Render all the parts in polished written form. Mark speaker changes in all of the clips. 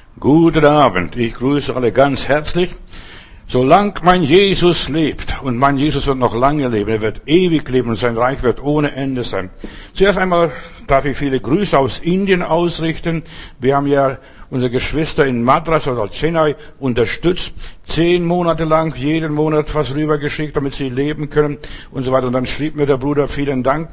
Speaker 1: Guten Abend, ich grüße alle ganz herzlich. Solange mein Jesus lebt, und mein Jesus wird noch lange leben, er wird ewig leben und sein Reich wird ohne Ende sein. Zuerst einmal darf ich viele Grüße aus Indien ausrichten. Wir haben ja unsere Geschwister in Madras oder Chennai unterstützt, 10 Monate lang, jeden Monat was rübergeschickt, damit sie leben können und so weiter. Und dann schrieb mir der Bruder, vielen Dank,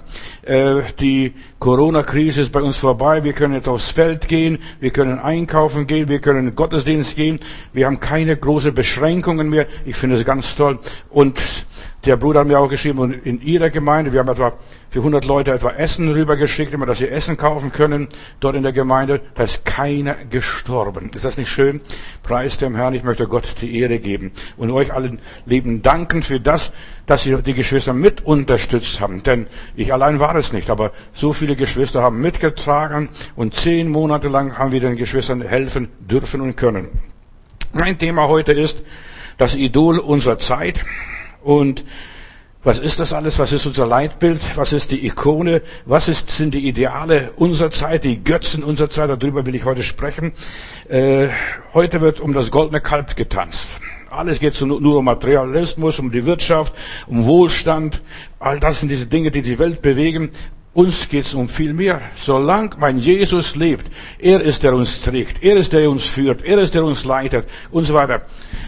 Speaker 1: die Corona-Krise ist bei uns vorbei, wir können jetzt aufs Feld gehen, wir können einkaufen gehen, wir können in den Gottesdienst gehen, wir haben keine großen Beschränkungen mehr. Ich finde es ganz toll. Und der Bruder hat mir auch geschrieben, und in ihrer Gemeinde, wir haben etwa für 100 Leute etwa Essen rübergeschickt, immer, dass sie Essen kaufen können, dort in der Gemeinde. Da ist keiner gestorben. Ist das nicht schön? Preis dem Herrn, ich möchte Gott die Ehre geben. Und euch allen lieben danken für das, dass Sie die Geschwister mit unterstützt haben. Denn ich allein war es nicht, aber so viele Geschwister haben mitgetragen und 10 Monate lang haben wir den Geschwistern helfen dürfen und können. Mein Thema heute ist das Idol unserer Zeit. Und was ist das alles? Was ist unser Leitbild? Was ist die Ikone? Sind die Ideale unserer Zeit, die Götzen unserer Zeit? Darüber will ich heute sprechen. Heute wird um das goldene Kalb getanzt. Alles geht nur um Materialismus, um die Wirtschaft, um Wohlstand. All das sind diese Dinge, die die Welt bewegen. Uns geht es um viel mehr. Solange mein Jesus lebt, er ist, der uns trägt, er ist, der uns führt, er ist, der uns leitet und so weiter.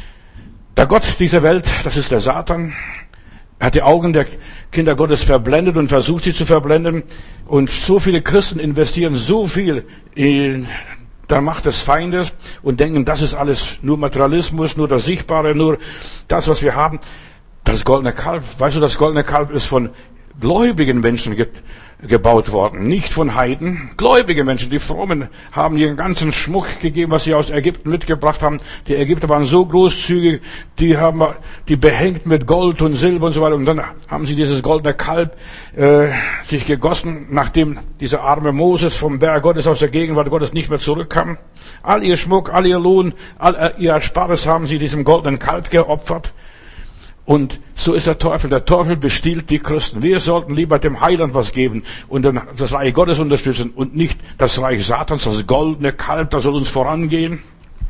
Speaker 1: Der Gott dieser Welt, das ist der Satan, hat die Augen der Kinder Gottes verblendet und versucht, sie zu verblenden. Und so viele Christen investieren so viel in der Macht des Feindes und denken, das ist alles nur Materialismus, nur das Sichtbare, nur das, was wir haben. Das goldene Kalb, weißt du, das goldene Kalb ist von gläubigen Menschen gebaut worden, nicht von Heiden. Gläubige Menschen, die Frommen, haben ihren ganzen Schmuck gegeben, was sie aus Ägypten mitgebracht haben. Die Ägypter waren so großzügig, die haben die behängt mit Gold und Silber und so weiter. Und dann haben sie dieses goldene Kalb sich gegossen, nachdem dieser arme Moses vom Berg Gottes aus der Gegenwart Gottes nicht mehr zurückkam. All ihr Schmuck, all ihr Lohn, all ihr Erspartes haben sie diesem goldenen Kalb geopfert. Und so ist der Teufel. Der Teufel bestiehlt die Christen. Wir sollten lieber dem Heiland was geben und dann das Reich Gottes unterstützen und nicht das Reich Satans, das goldene Kalb, das soll uns vorangehen.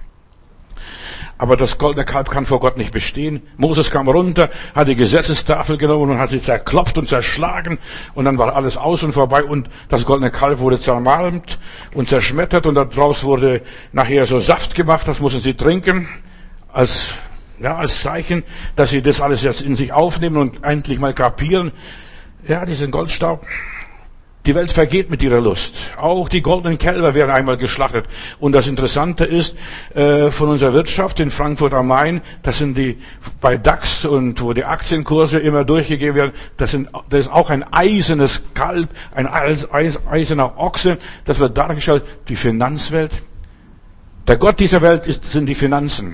Speaker 1: Aber das goldene Kalb kann vor Gott nicht bestehen. Moses kam runter, hat die Gesetzestafel genommen und hat sie zerklopft und zerschlagen. Und dann war alles aus und vorbei und das goldene Kalb wurde zermalmt und zerschmettert und daraus wurde nachher so Saft gemacht, das mussten sie trinken als Zeichen, dass sie das alles jetzt in sich aufnehmen und endlich mal kapieren. Ja, diesen Goldstaub. Die Welt vergeht mit ihrer Lust. Auch die goldenen Kälber werden einmal geschlachtet. Und das Interessante ist, von unserer Wirtschaft in Frankfurt am Main, das sind die, bei DAX und wo die Aktienkurse immer durchgegeben werden, das ist auch ein eisernes Kalb, ein eiserner Ochse, das wird dargestellt, die Finanzwelt. Der Gott dieser Welt sind die Finanzen.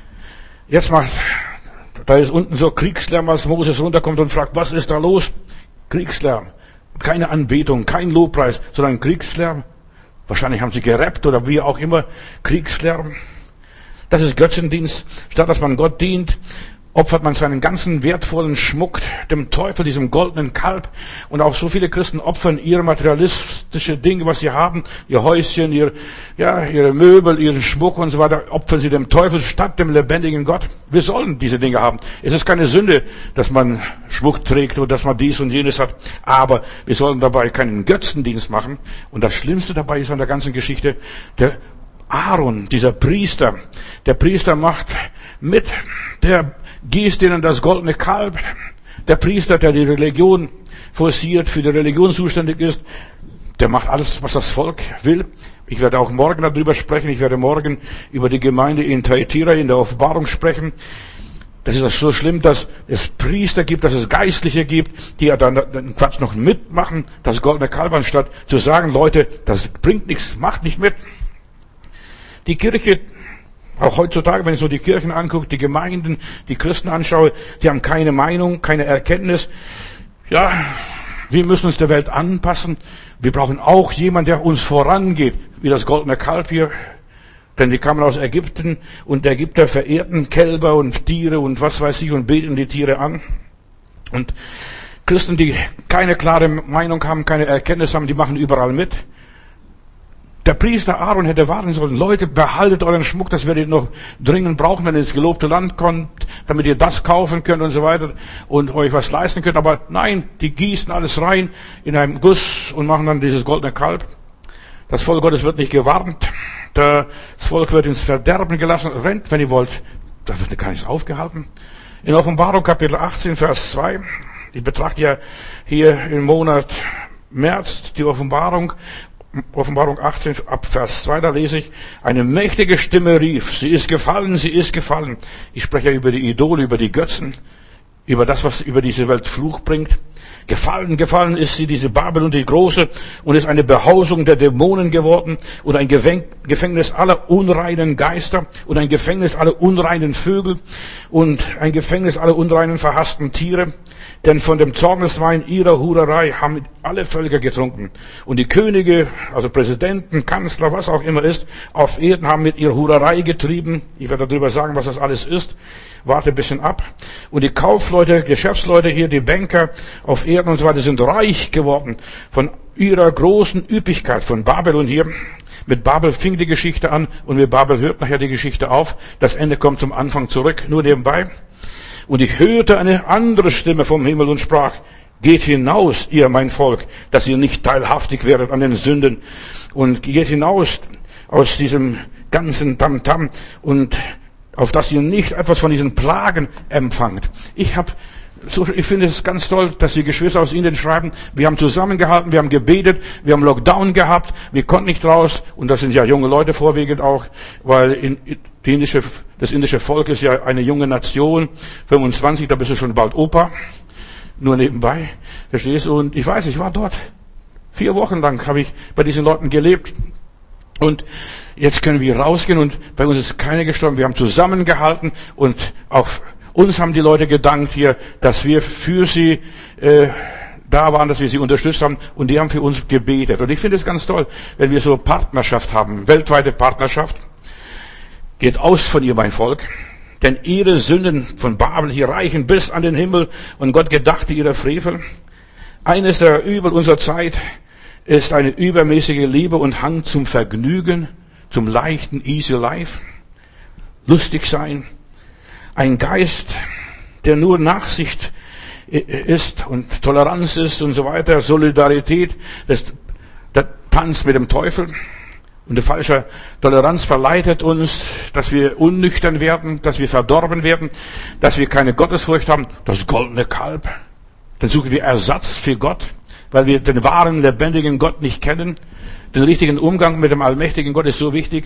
Speaker 1: Da ist unten so Kriegslärm, als Moses runterkommt und fragt, was ist da los? Kriegslärm. Keine Anbetung, kein Lobpreis, sondern Kriegslärm. Wahrscheinlich haben sie gerappt oder wie auch immer. Kriegslärm. Das ist Götzendienst. Statt dass man Gott dient, opfert man seinen ganzen wertvollen Schmuck dem Teufel, diesem goldenen Kalb. Und auch so viele Christen opfern ihre materialistische Dinge, was sie haben, ihr Häuschen, ihre Möbel, ihren Schmuck und so weiter, opfern sie dem Teufel statt dem lebendigen Gott. Wir sollen diese Dinge haben. Es ist keine Sünde, dass man Schmuck trägt oder dass man dies und jenes hat. Aber wir sollen dabei keinen Götzendienst machen. Und das Schlimmste dabei ist an der ganzen Geschichte, der Aaron, dieser Priester. Der Priester macht mit, der gießt ihnen das goldene Kalb. Der Priester, der die Religion forciert, für die Religion zuständig ist, der macht alles, was das Volk will. Ich werde auch morgen darüber sprechen. Ich werde morgen über die Gemeinde in Thyatira in der Offenbarung sprechen. Das ist so schlimm, dass es Priester gibt, dass es Geistliche gibt, die ja dann den Quatsch noch mitmachen, das goldene Kalb, anstatt zu sagen, Leute, das bringt nichts, macht nicht mit. Die Kirche, auch heutzutage, wenn ich so die Kirchen angucke, die Gemeinden, die Christen anschaue, die haben keine Meinung, keine Erkenntnis. Ja, wir müssen uns der Welt anpassen. Wir brauchen auch jemanden, der uns vorangeht, wie das goldene Kalb hier. Denn die kamen aus Ägypten und die Ägypter verehrten Kälber und Tiere und was weiß ich und beten die Tiere an. Und Christen, die keine klare Meinung haben, keine Erkenntnis haben, die machen überall mit. Der Priester Aaron hätte warten sollen, Leute, behaltet euren Schmuck, das werdet ihr noch dringend brauchen, wenn ihr ins gelobte Land kommt, damit ihr das kaufen könnt und so weiter und euch was leisten könnt. Aber nein, die gießen alles rein in einem Guss und machen dann dieses goldene Kalb. Das Volk Gottes wird nicht gewarnt. Das Volk wird ins Verderben gelassen. Rennt, wenn ihr wollt. Da wird gar nichts aufgehalten. In Offenbarung Kapitel 18, Vers 2. Ich betrachte ja hier im Monat März die Offenbarung 18 ab Vers 2, da lese ich, eine mächtige Stimme rief, sie ist gefallen, sie ist gefallen. Ich spreche ja über die Idole, über die Götzen, über das, was über diese Welt Fluch bringt. Gefallen ist sie, diese Babylon, die Große, und ist eine Behausung der Dämonen geworden und ein Gefängnis aller unreinen Geister und ein Gefängnis aller unreinen Vögel und ein Gefängnis aller unreinen verhassten Tiere. Denn von dem Zorneswein ihrer Hurerei haben alle Völker getrunken. Und die Könige, also Präsidenten, Kanzler, was auch immer ist, auf Erden haben mit ihrer Hurerei getrieben. Ich werde darüber sagen, was das alles ist. Warte ein bisschen ab. Und die Kaufleute, Geschäftsleute hier, die Banker auf Erden und so weiter sind reich geworden von ihrer großen Üppigkeit, von Babylon hier. Mit Babel fing die Geschichte an und mit Babel hört nachher die Geschichte auf. Das Ende kommt zum Anfang zurück, nur nebenbei. Und ich hörte eine andere Stimme vom Himmel und sprach, geht hinaus, ihr mein Volk, dass ihr nicht teilhaftig werdet an den Sünden. Und geht hinaus aus diesem ganzen Tamtam und auf dass ihr nicht etwas von diesen Plagen empfangt. Ich finde es ganz toll, dass die Geschwister aus Indien schreiben, wir haben zusammengehalten, wir haben gebetet, wir haben Lockdown gehabt, wir konnten nicht raus. Und das sind ja junge Leute vorwiegend auch, weil das indische Volk ist ja eine junge Nation, 25, da bist du schon bald Opa, nur nebenbei, verstehst du? Und ich weiß, ich war dort, 4 Wochen lang habe ich bei diesen Leuten gelebt. Und jetzt können wir rausgehen und bei uns ist keiner gestorben, wir haben zusammengehalten und auch uns haben die Leute gedankt hier, dass wir für sie da waren, dass wir sie unterstützt haben und die haben für uns gebetet. Und ich finde es ganz toll, wenn wir so Partnerschaft haben, weltweite Partnerschaft. Geht aus von ihr, mein Volk, denn ihre Sünden von Babel hier reichen bis an den Himmel und Gott gedachte ihrer Frevel. Eines der Übel unserer Zeit ist eine übermäßige Liebe und Hang zum Vergnügen, zum leichten, easy life, lustig sein. Ein Geist, der nur Nachsicht ist und Toleranz ist und so weiter, Solidarität, der Tanz mit dem Teufel. Und die falsche Toleranz verleitet uns, dass wir unnüchtern werden, dass wir verdorben werden, dass wir keine Gottesfurcht haben. Das goldene Kalb. Dann suchen wir Ersatz für Gott, weil wir den wahren, lebendigen Gott nicht kennen. Den richtigen Umgang mit dem allmächtigen Gott ist so wichtig.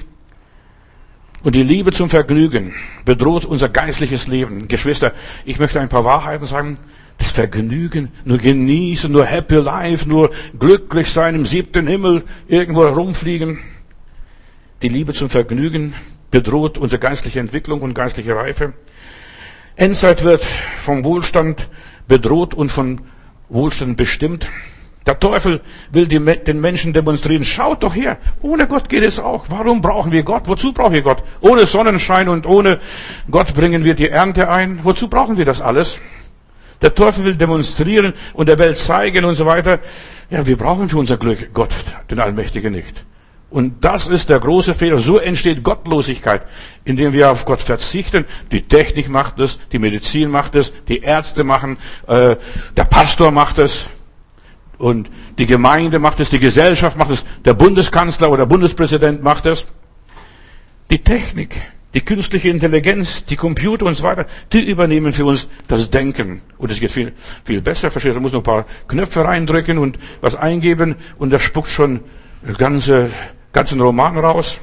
Speaker 1: Und die Liebe zum Vergnügen bedroht unser geistliches Leben. Geschwister, ich möchte ein paar Wahrheiten sagen. Das Vergnügen, nur genießen, nur happy life, nur glücklich sein im 7. Himmel, irgendwo herumfliegen. Die Liebe zum Vergnügen bedroht unsere geistliche Entwicklung und geistliche Reife. Endzeit wird vom Wohlstand bedroht und von Wohlstand bestimmt. Der Teufel will den Menschen demonstrieren, schaut doch her, ohne Gott geht es auch. Warum brauchen wir Gott? Wozu brauchen wir Gott? Ohne Sonnenschein und ohne Gott bringen wir die Ernte ein. Wozu brauchen wir das alles? Der Teufel will demonstrieren und der Welt zeigen und so weiter. Ja, wir brauchen für unser Glück Gott, den Allmächtigen, nicht. Und das ist der große Fehler. So entsteht Gottlosigkeit, indem wir auf Gott verzichten. Die Technik macht es, die Medizin macht es, die Ärzte machen, der Pastor macht es. Und die Gemeinde macht es, die Gesellschaft macht es, der Bundeskanzler oder Bundespräsident macht es. Die Technik, die künstliche Intelligenz, die Computer und so weiter, die übernehmen für uns das Denken. Und es geht viel, viel besser, versteht? Man muss noch ein paar Knöpfe reindrücken und was eingeben und das spuckt schon ganzen Roman raus.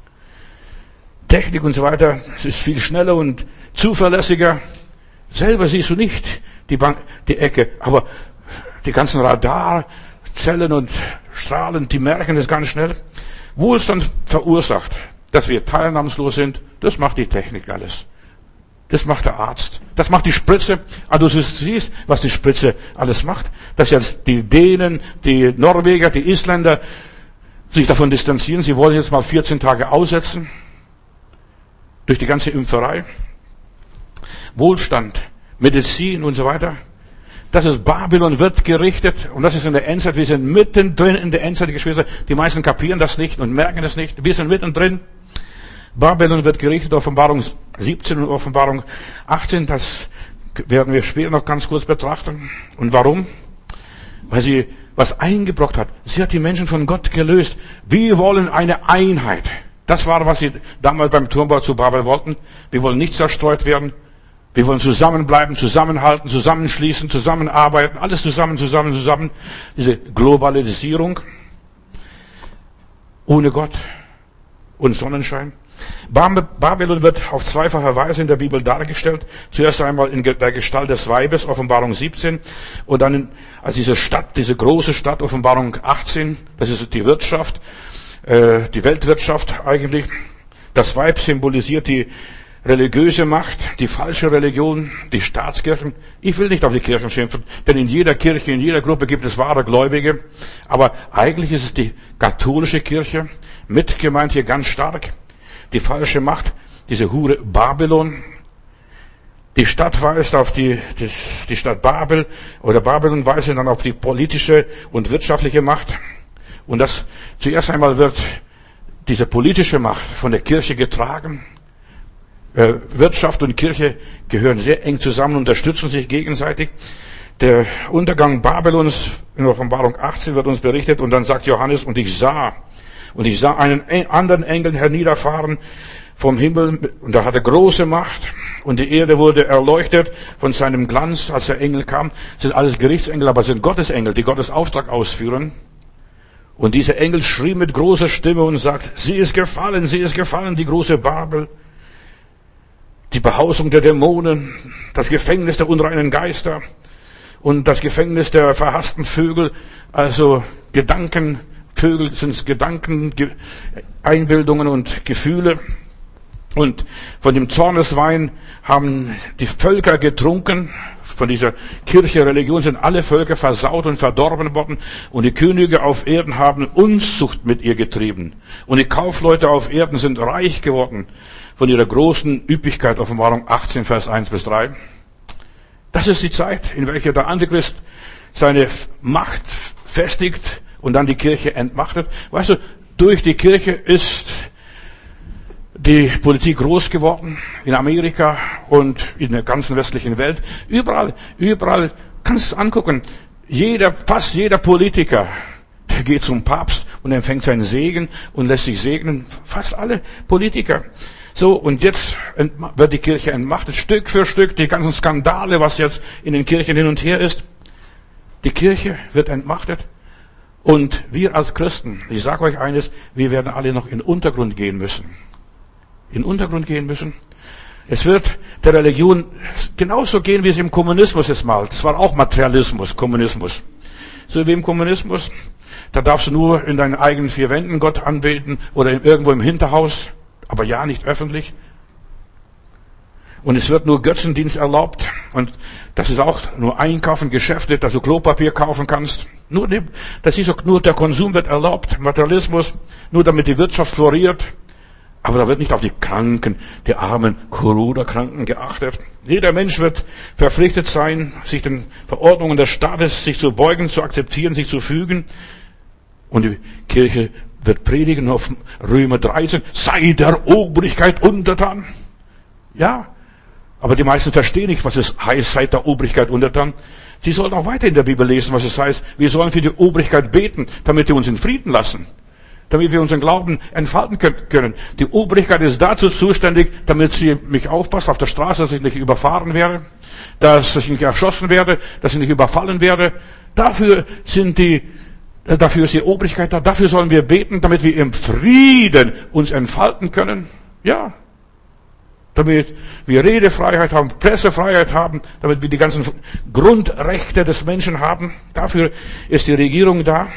Speaker 1: Technik und so weiter, es ist viel schneller und zuverlässiger. Selber siehst du nicht die Ecke, aber die ganzen Radarzellen und Strahlen, die merken das ganz schnell. Wohlstand verursacht, dass wir teilnahmslos sind, das macht die Technik alles. Das macht der Arzt. Das macht die Spritze. Also du siehst, was die Spritze alles macht. Dass jetzt die Dänen, die Norweger, die Isländer sich davon distanzieren. Sie wollen jetzt mal 14 Tage aussetzen. Durch die ganze Impferei. Wohlstand, Medizin und so weiter. Das ist Babylon wird gerichtet und das ist in der Endzeit. Wir sind mittendrin in der Endzeit, Geschwister. Die meisten kapieren das nicht und merken das nicht. Wir sind mittendrin. Babylon wird gerichtet, Offenbarung 17 und Offenbarung 18. Das werden wir später noch ganz kurz betrachten. Und warum? Weil sie was eingebrockt hat. Sie hat die Menschen von Gott gelöst. Wir wollen eine Einheit. Das war, was sie damals beim Turmbau zu Babel wollten. Wir wollen nicht zerstreut werden. Wir wollen zusammenbleiben, zusammenhalten, zusammenschließen, zusammenarbeiten. Alles zusammen. Diese Globalisierung. Ohne Gott und Sonnenschein. Babylon wird auf zweifache Weise in der Bibel dargestellt. Zuerst einmal in der Gestalt des Weibes, Offenbarung 17, und dann als diese Stadt, diese große Stadt, Offenbarung 18. Das ist die Wirtschaft, die Weltwirtschaft eigentlich. Das Weib symbolisiert die religiöse Macht, die falsche Religion, die Staatskirchen. Ich will nicht auf die Kirchen schimpfen, denn in jeder Kirche, in jeder Gruppe gibt es wahre Gläubige. Aber eigentlich ist es die katholische Kirche, mitgemeint hier ganz stark. Die falsche Macht, diese Hure Babylon. Die Stadt weist auf die Stadt Babel, oder Babylon weist dann auf die politische und wirtschaftliche Macht. Und das, zuerst einmal wird diese politische Macht von der Kirche getragen. Wirtschaft und Kirche gehören sehr eng zusammen, unterstützen sich gegenseitig. Der Untergang Babylons in Offenbarung 18 wird uns berichtet, und dann sagt Johannes, und ich sah einen anderen Engel herniederfahren vom Himmel, und er hatte große Macht, und die Erde wurde erleuchtet von seinem Glanz, als der Engel kam. Das sind alles Gerichtsengel, aber es sind Gottesengel, die Gottes Auftrag ausführen. Und dieser Engel schrie mit großer Stimme und sagt, sie ist gefallen, die große Babel. Die Behausung der Dämonen, das Gefängnis der unreinen Geister und das Gefängnis der verhassten Vögel, also Vögel sind Gedanken, Einbildungen und Gefühle. Und von dem Zorneswein haben die Völker getrunken. Von dieser Kirche, Religion sind alle Völker versaut und verdorben worden. Und die Könige auf Erden haben Unzucht mit ihr getrieben. Und die Kaufleute auf Erden sind reich geworden von ihrer großen Üppigkeit. Offenbarung 18, Vers 1 bis 3. Das ist die Zeit, in welcher der Antichrist seine Macht festigt und dann die Kirche entmachtet. Weißt du, durch die Kirche ist die Politik groß geworden, in Amerika und in der ganzen westlichen Welt. Überall kannst du angucken, fast jeder Politiker, der geht zum Papst und empfängt seinen Segen und lässt sich segnen. Fast alle Politiker. So, und jetzt wird die Kirche entmachtet, Stück für Stück, die ganzen Skandale, was jetzt in den Kirchen hin und her ist. Die Kirche wird entmachtet. Und wir als Christen, ich sage euch eines, wir werden alle noch in den Untergrund gehen müssen. In den Untergrund gehen müssen. Es wird der Religion genauso gehen, wie es im Kommunismus ist mal. Das war auch Materialismus, Kommunismus. So wie im Kommunismus. Da darfst du nur in deinen eigenen vier Wänden Gott anbeten oder irgendwo im Hinterhaus, aber ja nicht öffentlich. Und es wird nur Götzendienst erlaubt. Und das ist auch nur Einkaufen, Geschäfte, dass du Klopapier kaufen kannst. Nur der Konsum wird erlaubt, Materialismus, nur damit die Wirtschaft floriert. Aber da wird nicht auf die Kranken, die armen Corona-Kranken geachtet. Jeder Mensch wird verpflichtet sein, sich den Verordnungen des Staates sich zu beugen, zu akzeptieren, sich zu fügen. Und die Kirche wird predigen auf Römer 13, sei der Obrigkeit untertan. Ja, aber die meisten verstehen nicht, was es heißt, seid der Obrigkeit untertan. Sie sollen auch weiter in der Bibel lesen, was es heißt. Wir sollen für die Obrigkeit beten, damit die uns in Frieden lassen. Damit wir unseren Glauben entfalten können. Die Obrigkeit ist dazu zuständig, damit sie mich aufpasst auf der Straße, dass ich nicht überfahren werde, dass ich nicht erschossen werde, dass ich nicht überfallen werde. Dafür ist die Obrigkeit da. Dafür sollen wir beten, damit wir im Frieden uns entfalten können. Ja. Damit wir Redefreiheit haben, Pressefreiheit haben, damit wir die ganzen Grundrechte des Menschen haben. Dafür ist die Regierung da.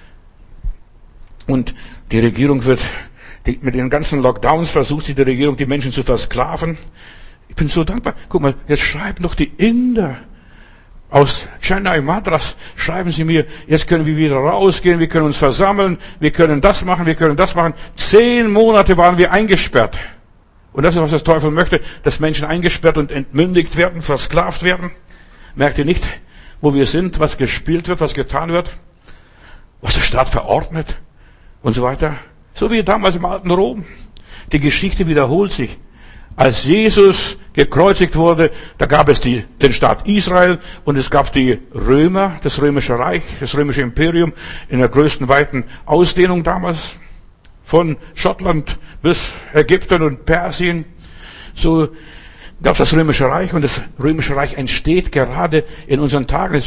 Speaker 1: Und die Regierung mit den ganzen Lockdowns versucht die Regierung, die Menschen zu versklaven. Ich bin so dankbar. Guck mal, jetzt schreiben doch die Inder aus Chennai, Madras, schreiben sie mir, jetzt können wir wieder rausgehen, wir können uns versammeln, wir können das machen, wir können das machen. 10 Monate waren wir eingesperrt. Und das ist, was der Teufel möchte, dass Menschen eingesperrt und entmündigt werden, versklavt werden. Merkt ihr nicht, wo wir sind, was gespielt wird, was getan wird, was der Staat verordnet und so weiter. So wie damals im alten Rom. Die Geschichte wiederholt sich. Als Jesus gekreuzigt wurde, da gab es den Staat Israel und es gab die Römer, das römische Reich, das römische Imperium in der größten weiten Ausdehnung damals. Von Schottland bis Ägypten und Persien. So gab es das römische Reich und das römische Reich entsteht gerade in unseren Tagen.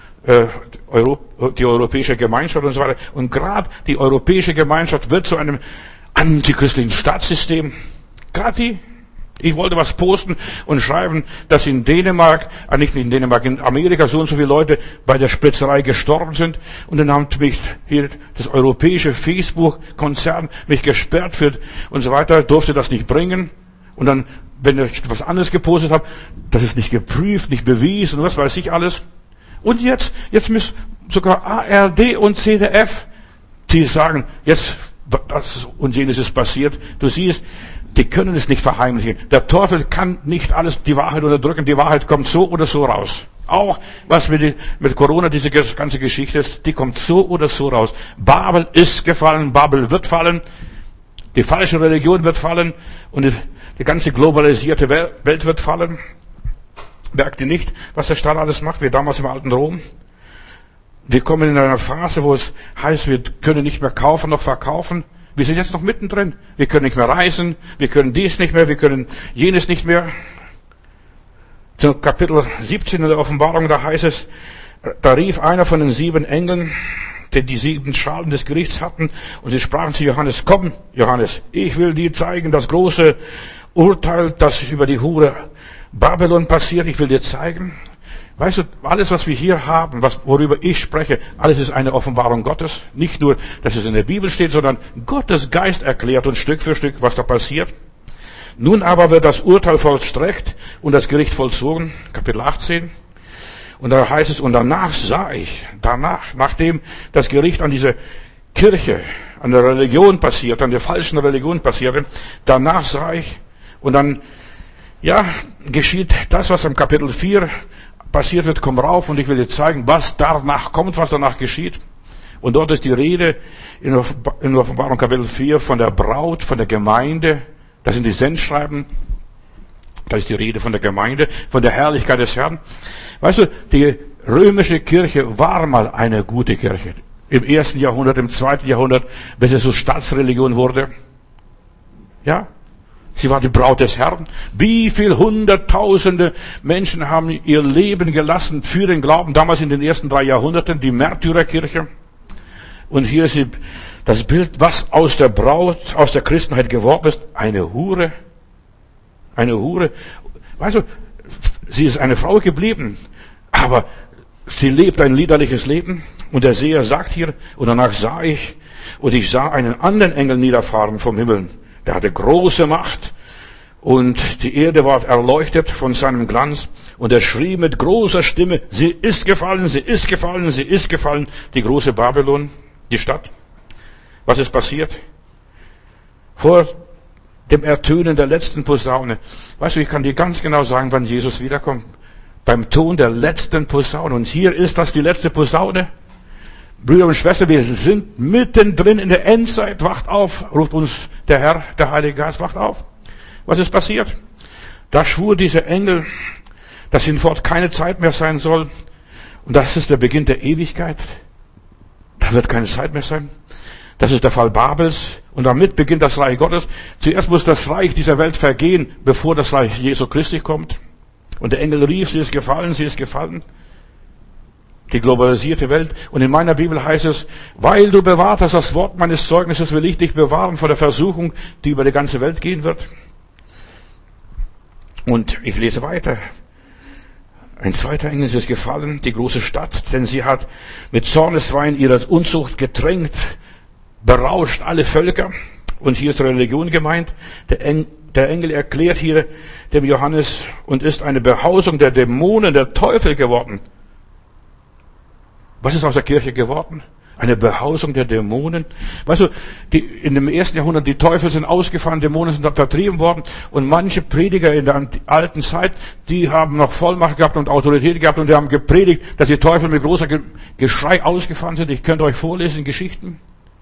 Speaker 1: Die europäische Gemeinschaft und so weiter. Und gerade die europäische Gemeinschaft wird zu einem antichristlichen Staatssystem. Gerade die. Ich wollte was posten und schreiben, dass in Dänemark, nicht in Dänemark, in Amerika so und so viele Leute bei der Spritzerei gestorben sind. Und dann hat mich hier das europäische Facebook-Konzern mich gesperrt für und so weiter, durfte das nicht bringen. Und dann, wenn ich was anderes gepostet habe, das ist nicht geprüft, nicht bewiesen und was weiß ich alles. Und jetzt müssen sogar ARD und ZDF, die sagen, jetzt, das und jenes ist passiert. Du siehst, die können es nicht verheimlichen. Der Teufel kann nicht alles, die Wahrheit unterdrücken. Die Wahrheit kommt so oder so raus. Auch was mit Corona, diese ganze Geschichte ist, die kommt so oder so raus. Babel ist gefallen, Babel wird fallen. Die falsche Religion wird fallen und die ganze globalisierte Welt wird fallen. Merkt ihr nicht, was der Staat alles macht, wie damals im alten Rom? Wir kommen in einer Phase, wo es heißt, wir können nicht mehr kaufen noch verkaufen. Wir sind jetzt noch mittendrin. Wir können nicht mehr reisen, wir können dies nicht mehr, wir können jenes nicht mehr. Zu Kapitel 17 in der Offenbarung, da heißt es, da rief einer von den 7 Engeln, die 7 Schalen des Gerichts hatten, und sie sprachen zu Johannes, komm, Johannes, ich will dir zeigen, das große Urteil, das über die Hure Babylon passiert, ich will dir zeigen. Weißt du, alles, was wir hier haben, worüber ich spreche, alles ist eine Offenbarung Gottes. Nicht nur, dass es in der Bibel steht, sondern Gottes Geist erklärt uns Stück für Stück, was da passiert. Nun aber wird das Urteil vollstreckt und das Gericht vollzogen. Kapitel 18. Und da heißt es, und danach sah ich, nachdem das Gericht an diese Kirche, an der Religion passiert, an der falschen Religion passierte, danach sah ich, und dann, ja, geschieht das, was im Kapitel 4 passiert wird, komm rauf und ich will dir zeigen, was danach kommt, was danach geschieht. Und dort ist die Rede in Offenbarung Kapitel 4 von der Braut, von der Gemeinde. Das sind die Sendschreiben. Da ist die Rede von der Gemeinde, von der Herrlichkeit des Herrn. Weißt du, die römische Kirche war mal eine gute Kirche. Im 1. Jahrhundert, im 2. Jahrhundert, bis es so Staatsreligion wurde. Ja. Sie war die Braut des Herrn. Wie viel Hunderttausende Menschen haben ihr Leben gelassen für den Glauben, damals in den ersten 3 Jahrhunderten, die Märtyrerkirche. Und hier ist das Bild, was aus der Braut, aus der Christenheit geworden ist. Eine Hure. Eine Hure. Weißt du, sie ist eine Frau geblieben, aber sie lebt ein liederliches Leben. Und der Seher sagt hier, und danach sah ich, und ich sah einen anderen Engel niederfahren vom Himmel. Der hatte große Macht und die Erde war erleuchtet von seinem Glanz und er schrie mit großer Stimme, sie ist gefallen, sie ist gefallen, sie ist gefallen, die große Babylon, die Stadt. Was ist passiert? Vor dem Ertönen der letzten Posaune. Weißt du, ich kann dir ganz genau sagen, wann Jesus wiederkommt. Beim Ton der letzten Posaune. Und hier ist das die letzte Posaune. Brüder und Schwestern, wir sind mittendrin in der Endzeit. Wacht auf, ruft uns der Herr, der Heilige Geist, wacht auf. Was ist passiert? Da schwur dieser Engel, dass hinfort keine Zeit mehr sein soll. Und das ist der Beginn der Ewigkeit. Da wird keine Zeit mehr sein. Das ist der Fall Babels. Und damit beginnt das Reich Gottes. Zuerst muss das Reich dieser Welt vergehen, bevor das Reich Jesu Christi kommt. Und der Engel rief, sie ist gefallen, sie ist gefallen. Die globalisierte Welt. Und in meiner Bibel heißt es, weil du bewahrt hast das Wort meines Zeugnisses, will ich dich bewahren vor der Versuchung, die über die ganze Welt gehen wird. Und ich lese weiter. Ein zweiter Engel ist gefallen, die große Stadt, denn sie hat mit Zorneswein ihrer Unzucht getränkt, berauscht alle Völker. Und hier ist Religion gemeint. Der Engel erklärt hier dem Johannes und ist eine Behausung der Dämonen, der Teufel geworden. Was ist aus der Kirche geworden? Eine Behausung der Dämonen. Weißt du, in dem ersten Jahrhundert, die Teufel sind ausgefahren, Dämonen sind vertrieben worden und manche Prediger in der alten Zeit, die haben noch Vollmacht gehabt und Autorität gehabt und die haben gepredigt, dass die Teufel mit großer Geschrei ausgefahren sind. Ich könnte euch vorlesen, Geschichten.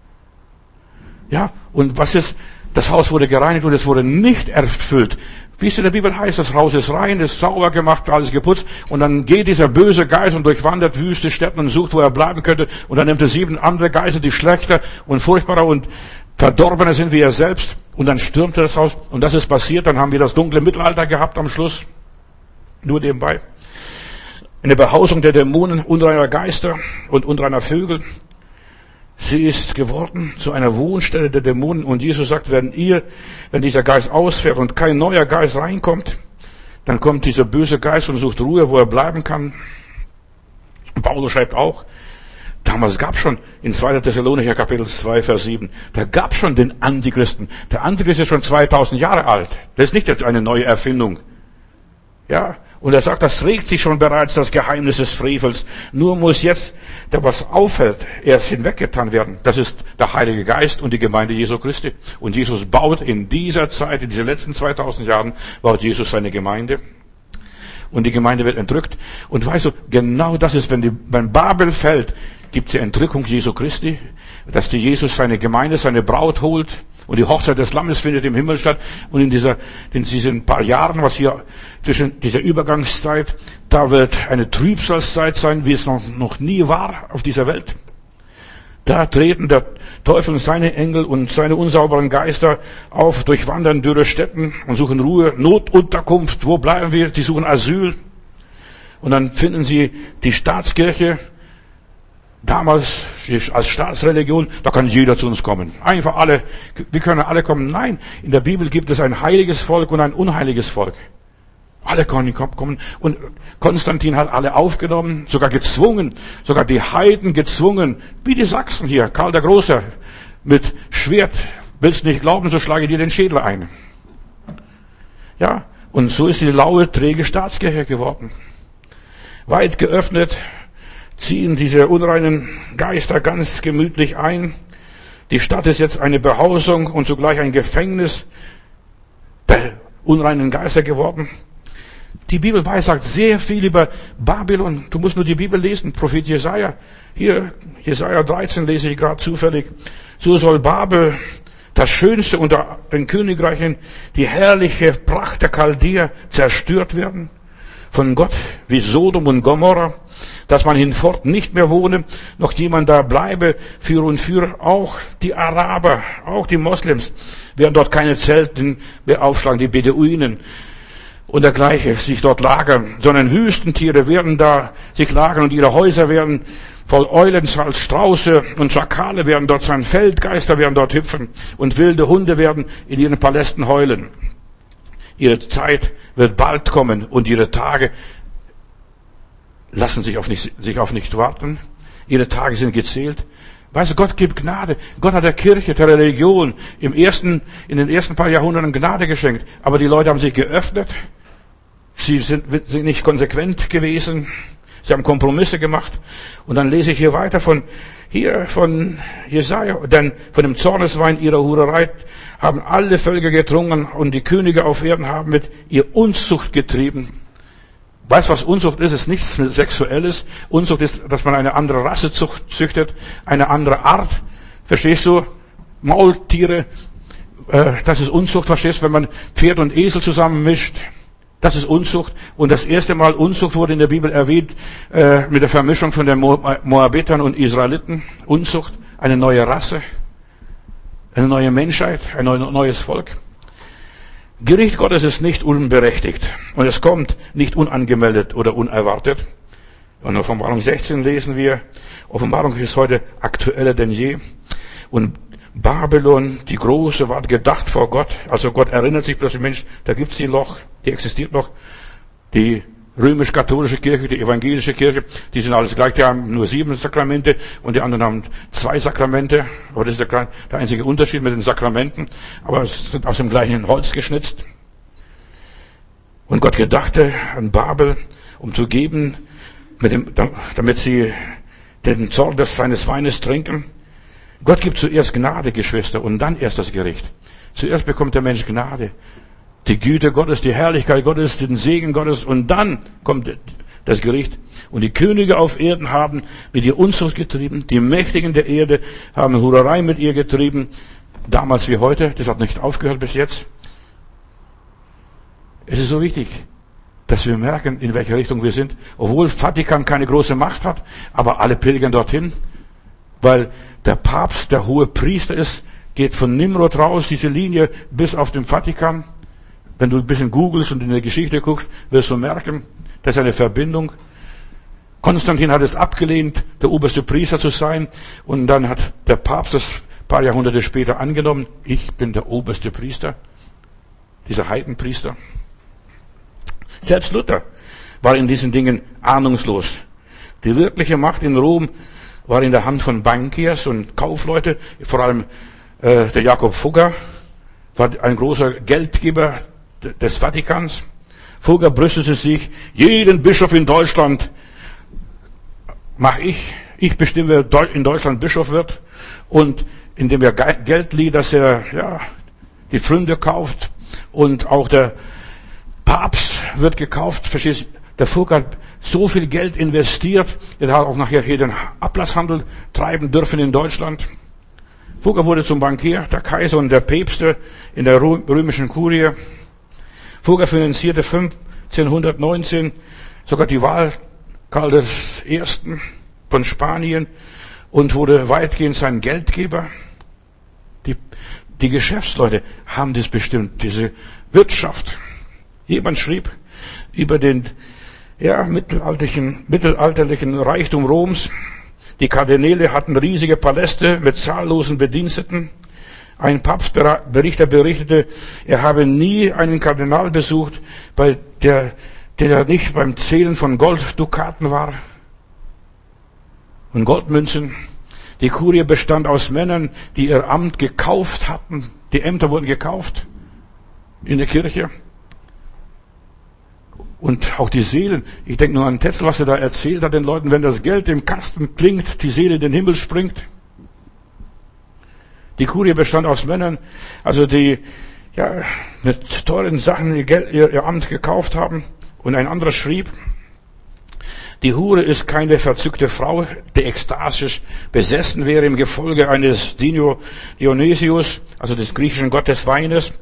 Speaker 1: Ja, und was ist? Das Haus wurde gereinigt und es wurde nicht erfüllt. Wie es in der Bibel heißt, das Haus ist rein, ist sauber gemacht, alles geputzt. Und dann geht dieser böse Geist und durchwandert wüste Städte und sucht, wo er bleiben könnte. Und dann nimmt er 7 andere Geister, die schlechter und furchtbarer und verdorbener sind wie er selbst. Und dann stürmt er das Haus. Und das ist passiert. Dann haben wir das dunkle Mittelalter gehabt am Schluss. Nur nebenbei. Eine Behausung der Dämonen, unreiner Geister und unreiner Vögel. Sie ist geworden zu einer Wohnstelle der Dämonen. Und Jesus sagt, wenn dieser Geist ausfährt und kein neuer Geist reinkommt, dann kommt dieser böse Geist und sucht Ruhe, wo er bleiben kann. Und Paulus schreibt auch, damals gab es schon in 2. Thessalonicher Kapitel 2, Vers 7, da gab es schon den Antichristen. Der Antichrist ist schon 2000 Jahre alt. Das ist nicht jetzt eine neue Erfindung. Ja, und er sagt, das regt sich schon bereits, das Geheimnis des Frevels. Nur muss jetzt, der was auffällt, erst hinweggetan werden. Das ist der Heilige Geist und die Gemeinde Jesu Christi. Und Jesus baut in dieser Zeit, in diesen letzten 2000 Jahren, baut Jesus seine Gemeinde. Und die Gemeinde wird entrückt. Und weißt du, genau das ist, wenn Babel fällt, gibt es die Entrückung Jesu Christi, dass die Jesus seine Gemeinde, seine Braut holt. Und die Hochzeit des Lammes findet im Himmel statt. Und in diesen paar Jahren, was hier zwischen dieser Übergangszeit, da wird eine Trübsalzeit sein, wie es noch nie war auf dieser Welt. Da treten der Teufel und seine Engel und seine unsauberen Geister auf, durchwandern dürre Städten und suchen Ruhe, Notunterkunft. Wo bleiben wir? Sie suchen Asyl. Und dann finden sie die Staatskirche, damals als Staatsreligion, da kann jeder zu uns kommen. Einfach alle, wir können alle kommen. Nein, in der Bibel gibt es ein heiliges Volk und ein unheiliges Volk. Alle können kommen. Und Konstantin hat alle aufgenommen, sogar gezwungen, sogar die Heiden gezwungen, wie die Sachsen hier, Karl der Große, mit Schwert. Willst nicht glauben, so schlage ich dir den Schädel ein. Ja, und so ist die laue, träge Staatskirche geworden. Weit geöffnet, ziehen diese unreinen Geister ganz gemütlich ein. Die Stadt ist jetzt eine Behausung und zugleich ein Gefängnis der unreinen Geister geworden. Die Bibel sagt sehr viel über Babylon. Du musst nur die Bibel lesen. Prophet Jesaja. Hier, Jesaja 13 lese ich gerade zufällig. So soll Babel, das Schönste unter den Königreichen, die herrliche Pracht der Chaldäer, zerstört werden. Von Gott wie Sodom und Gomorra, dass man hinfort nicht mehr wohne, noch jemand da bleibe, für und für. Auch die Araber, auch die Moslems werden dort keine Zelte mehr aufschlagen, die Beduinen und dergleichen sich dort lagern, sondern Wüstentiere werden da sich lagern und ihre Häuser werden voll Eulen, als Strauße und Schakale werden dort sein, Feldgeister werden dort hüpfen und wilde Hunde werden in ihren Palästen heulen. Ihre Zeit wird bald kommen und ihre Tage lassen sich auf nicht warten. Ihre Tage sind gezählt. Weißt du, Gott gibt Gnade. Gott hat der Kirche, der Religion in den ersten paar Jahrhunderten Gnade geschenkt. Aber die Leute haben sich geöffnet. Sie sind nicht konsequent gewesen. Sie haben Kompromisse gemacht. Und dann lese ich hier weiter von Jesaja. Denn von dem Zorneswein ihrer Hurerei haben alle Völker getrunken und die Könige auf Erden haben mit ihr Unzucht getrieben. Weißt du, was Unzucht ist? Es ist nichts Sexuelles. Unzucht ist, dass man eine andere Rasse züchtet, eine andere Art. Verstehst du? Maultiere, das ist Unzucht. Verstehst du, wenn man Pferd und Esel zusammenmischt? Das ist Unzucht. Und das erste Mal Unzucht wurde in der Bibel erwähnt mit der Vermischung von den Moabitern und Israeliten. Unzucht, eine neue Rasse, eine neue Menschheit, ein neues Volk. Gericht Gottes ist nicht unberechtigt und es kommt nicht unangemeldet oder unerwartet. Und in Offenbarung 16 lesen wir, Offenbarung ist heute aktueller denn je. Und Babylon, die Große, war gedacht vor Gott. Also Gott erinnert sich plötzlich, Mensch, da gibt's die noch, die existiert noch. Die römisch-katholische Kirche, die evangelische Kirche, die sind alles gleich, die haben nur 7 Sakramente und die anderen haben 2 Sakramente. Aber das ist der einzige Unterschied mit den Sakramenten. Aber es sind aus dem gleichen Holz geschnitzt. Und Gott gedachte an Babel, um zu geben, damit sie den Zorn seines Weines trinken. Gott gibt zuerst Gnade, Geschwister, und dann erst das Gericht. Zuerst bekommt der Mensch Gnade, die Güte Gottes, die Herrlichkeit Gottes, den Segen Gottes, und dann kommt das Gericht. Und die Könige auf Erden haben mit ihr Unzucht getrieben, die Mächtigen der Erde haben Hurerei mit ihr getrieben, damals wie heute, das hat nicht aufgehört bis jetzt. Es ist so wichtig, dass wir merken, in welche Richtung wir sind. Obwohl Vatikan keine große Macht hat, aber alle pilgern dorthin, weil der Papst der hohe Priester ist, geht von Nimrod raus, diese Linie bis auf den Vatikan. Wenn du ein bisschen googelst und in der Geschichte guckst, wirst du merken, das ist eine Verbindung. Konstantin hat es abgelehnt, der oberste Priester zu sein, und dann hat der Papst das ein paar Jahrhunderte später angenommen. Ich bin der oberste Priester, dieser Heidenpriester. Selbst Luther war in diesen Dingen ahnungslos. Die wirkliche Macht in Rom war in der Hand von Bankiers und Kaufleute, vor allem der Jakob Fugger war ein großer Geldgeber des Vatikans. Fugger brüstete sich, jeden Bischof in Deutschland mache ich bestimme, wer in Deutschland Bischof wird, und indem er Geld lieh, dass er die Pfründe kauft, und auch der Papst wird gekauft, verstehst du? Der Fugger hat so viel Geld investiert, er hat auch nachher hier den Ablasshandel treiben dürfen in Deutschland. Fugger wurde zum Bankier, der Kaiser und der Päpste in der römischen Kurie. Fugger finanzierte 1519 sogar die Wahl Karl I. von Spanien und wurde weitgehend sein Geldgeber. Die Geschäftsleute haben das bestimmt, diese Wirtschaft. Jemand schrieb über den mittelalterlichen Reichtum Roms. Die Kardinäle hatten riesige Paläste mit zahllosen Bediensteten. Ein Papstberichter berichtete, er habe nie einen Kardinal besucht, der nicht beim Zählen von Golddukaten war und Goldmünzen. Die Kurie bestand aus Männern, die ihr Amt gekauft hatten. Die Ämter wurden gekauft in der Kirche. Und auch die Seelen, ich denke nur an Tetzel, was er da erzählt hat den Leuten, wenn das Geld im Kasten klingt, die Seele in den Himmel springt. Die Kurie bestand aus Männern, also die mit teuren Sachen ihr Amt gekauft haben. Und ein anderer schrieb, die Hure ist keine verzückte Frau, die ekstasisch besessen wäre im Gefolge eines Dionysius, also des griechischen Gottes Weines.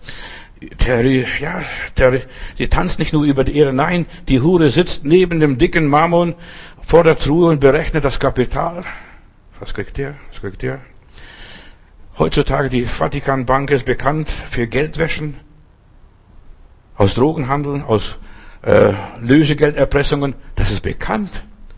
Speaker 1: Sie tanzt nicht nur über die Ehre, nein, die Hure sitzt neben dem dicken Mammon vor der Truhe und berechnet das Kapital. Was kriegt der? Heutzutage die Vatikanbank ist bekannt für Geldwäschen, aus Drogenhandel, aus Lösegelderpressungen. Das ist bekannt.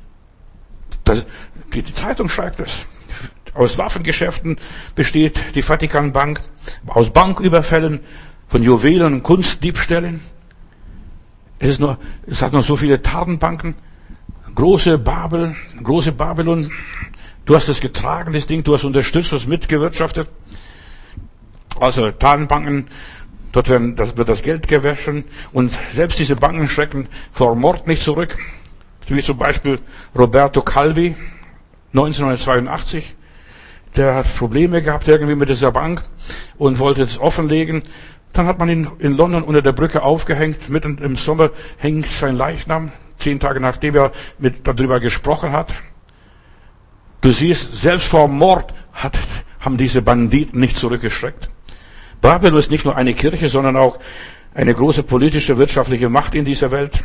Speaker 1: Die Zeitung schreibt es. Aus Waffengeschäften besteht die Vatikanbank, aus Banküberfällen, von Juwelen und Kunstdiebstählen. Es hat noch so viele Tarnbanken. Große Babylon. Du hast es getragen, das Ding, du hast unterstützt, du hast mitgewirtschaftet. Also Tarnbanken, dort wird das Geld gewaschen. Und selbst diese Banken schrecken vor Mord nicht zurück. Wie zum Beispiel Roberto Calvi, 1982. Der hat Probleme gehabt irgendwie mit dieser Bank und wollte es offenlegen. Dann hat man ihn in London unter der Brücke aufgehängt. Mitten im Sommer hängt sein Leichnam, 10 Tage nachdem er darüber gesprochen hat. Du siehst, selbst vor Mord haben diese Banditen nicht zurückgeschreckt. Babylon ist nicht nur eine Kirche, sondern auch eine große politische, wirtschaftliche Macht in dieser Welt.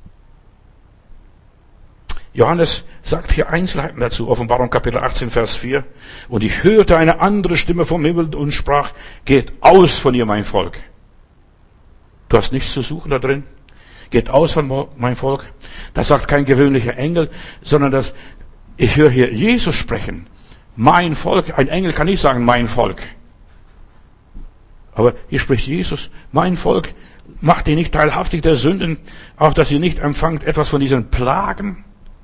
Speaker 1: Johannes sagt hier Einzelheiten dazu, Offenbarung Kapitel 18, Vers 4. Und ich hörte eine andere Stimme vom Himmel und sprach, geht aus von ihr, mein Volk. Du hast nichts zu suchen da drin. Geht aus von mein Volk. Das sagt kein gewöhnlicher Engel, sondern ich höre hier Jesus sprechen. Mein Volk. Ein Engel kann nicht sagen, mein Volk. Aber hier spricht Jesus, mein Volk, macht ihr nicht teilhaftig der Sünden, auf dass ihr nicht empfangt etwas von diesen Plagen.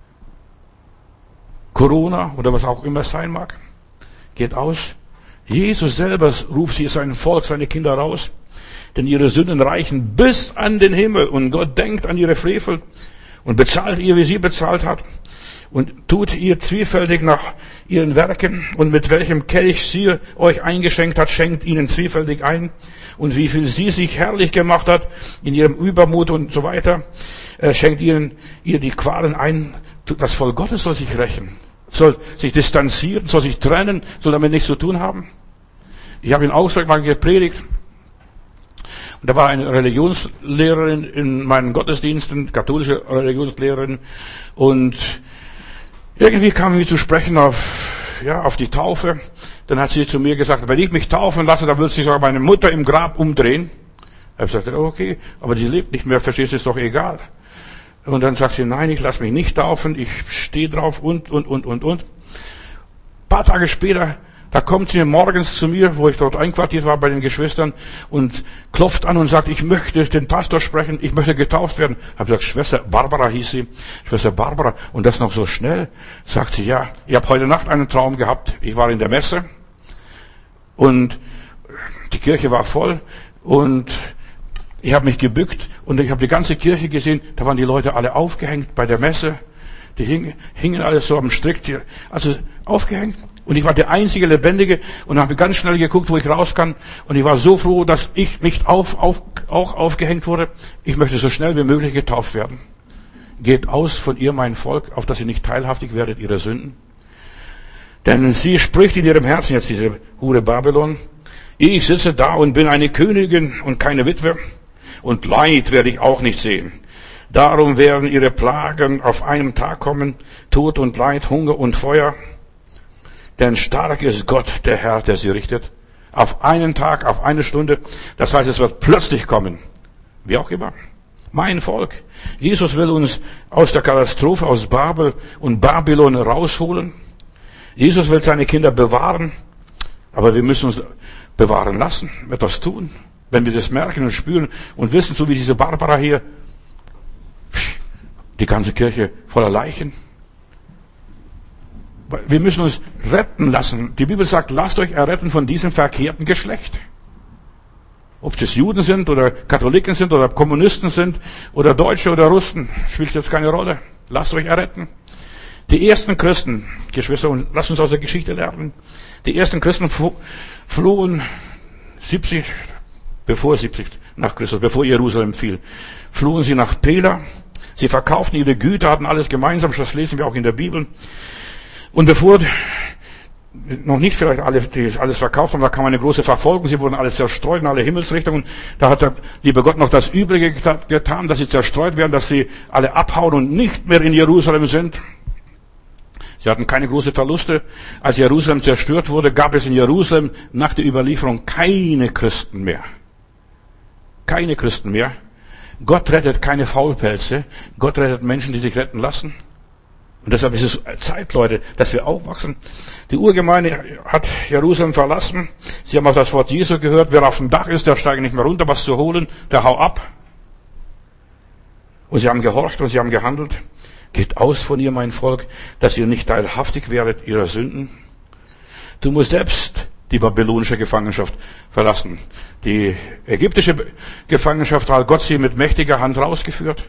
Speaker 1: Corona oder was auch immer sein mag. Geht aus. Jesus selber ruft hier sein Volk, seine Kinder raus. Denn ihre Sünden reichen bis an den Himmel. Und Gott denkt an ihre Frevel und bezahlt ihr, wie sie bezahlt hat. Und tut ihr zwiefältig nach ihren Werken, und mit welchem Kelch sie euch eingeschenkt hat, schenkt ihnen zwiefältig ein. Und wie viel sie sich herrlich gemacht hat in ihrem Übermut und so weiter, schenkt ihr die Qualen ein. Das Volk Gottes soll sich rächen, soll sich distanzieren, soll sich trennen, soll damit nichts zu tun haben. Ich habe in Augsburg mal gepredigt. Und da war eine Religionslehrerin in meinen Gottesdiensten, katholische Religionslehrerin, und irgendwie kamen wir zu sprechen auf die Taufe. Dann hat sie zu mir gesagt, wenn ich mich taufen lasse, dann wird sich sogar meine Mutter im Grab umdrehen. Ich habe gesagt, okay, aber die lebt nicht mehr, verstehst du, ist doch egal. Und dann sagt sie, nein, ich lasse mich nicht taufen, ich stehe drauf und. Ein paar Tage später, da kommt sie morgens zu mir, wo ich dort einquartiert war bei den Geschwistern, und klopft an und sagt, ich möchte den Pastor sprechen, ich möchte getauft werden. Ich habe gesagt, Schwester Barbara hieß sie, Schwester Barbara, und das noch so schnell? Sagt sie, ja, ich habe heute Nacht einen Traum gehabt, ich war in der Messe, und die Kirche war voll, und ich habe mich gebückt, und ich habe die ganze Kirche gesehen, da waren die Leute alle aufgehängt bei der Messe, die hingen alles so am Strick, also aufgehängt. Und ich war der einzige Lebendige und habe ganz schnell geguckt, wo ich raus kann. Und ich war so froh, dass ich nicht auch aufgehängt wurde. Ich möchte so schnell wie möglich getauft werden. Geht aus von ihr, mein Volk, auf dass ihr nicht teilhaftig werdet ihrer Sünden. Denn sie spricht in ihrem Herzen, jetzt diese Hure Babylon, ich sitze da und bin eine Königin und keine Witwe, und Leid werde ich auch nicht sehen. Darum werden ihre Plagen auf einem Tag kommen, Tod und Leid, Hunger und Feuer. Denn stark ist Gott, der Herr, der sie richtet. Auf einen Tag, auf eine Stunde. Das heißt, es wird plötzlich kommen. Wie auch immer. Mein Volk. Jesus will uns aus der Katastrophe, aus Babel und Babylon rausholen. Jesus will seine Kinder bewahren. Aber wir müssen uns bewahren lassen, etwas tun. Wenn wir das merken und spüren und wissen, so wie diese Barbara hier, die ganze Kirche voller Leichen. Wir müssen uns retten lassen. Die Bibel sagt, lasst euch erretten von diesem verkehrten Geschlecht. Ob es Juden sind oder Katholiken sind oder Kommunisten sind oder Deutsche oder Russen, spielt jetzt keine Rolle. Lasst euch erretten. Die ersten Christen, Geschwister, und lasst uns aus der Geschichte lernen. Die ersten Christen flohen 70 nach Christus, bevor Jerusalem fiel, flohen sie nach Pela. Sie verkauften ihre Güter, hatten alles gemeinsam, das lesen wir auch in der Bibel. Und bevor noch nicht vielleicht alle, die alles verkauft haben, da kam eine große Verfolgung, sie wurden alle zerstreut in alle Himmelsrichtungen. Da hat der liebe Gott noch das Übrige getan, dass sie zerstreut werden, dass sie alle abhauen und nicht mehr in Jerusalem sind. Sie hatten keine großen Verluste. Als Jerusalem zerstört wurde, gab es in Jerusalem nach der Überlieferung keine Christen mehr. Keine Christen mehr. Gott rettet keine Faulpelze. Gott rettet Menschen, die sich retten lassen. Und deshalb ist es Zeit, Leute, dass wir aufwachsen. Die Urgemeinde hat Jerusalem verlassen. Sie haben auch das Wort Jesu gehört. Wer auf dem Dach ist, der steigt nicht mehr runter, was zu holen. Der hau ab. Und sie haben gehorcht und sie haben gehandelt. Geht aus von ihr, mein Volk, dass ihr nicht teilhaftig werdet ihrer Sünden. Du musst selbst die babylonische Gefangenschaft verlassen. Die ägyptische Gefangenschaft hat Gott sie mit mächtiger Hand rausgeführt.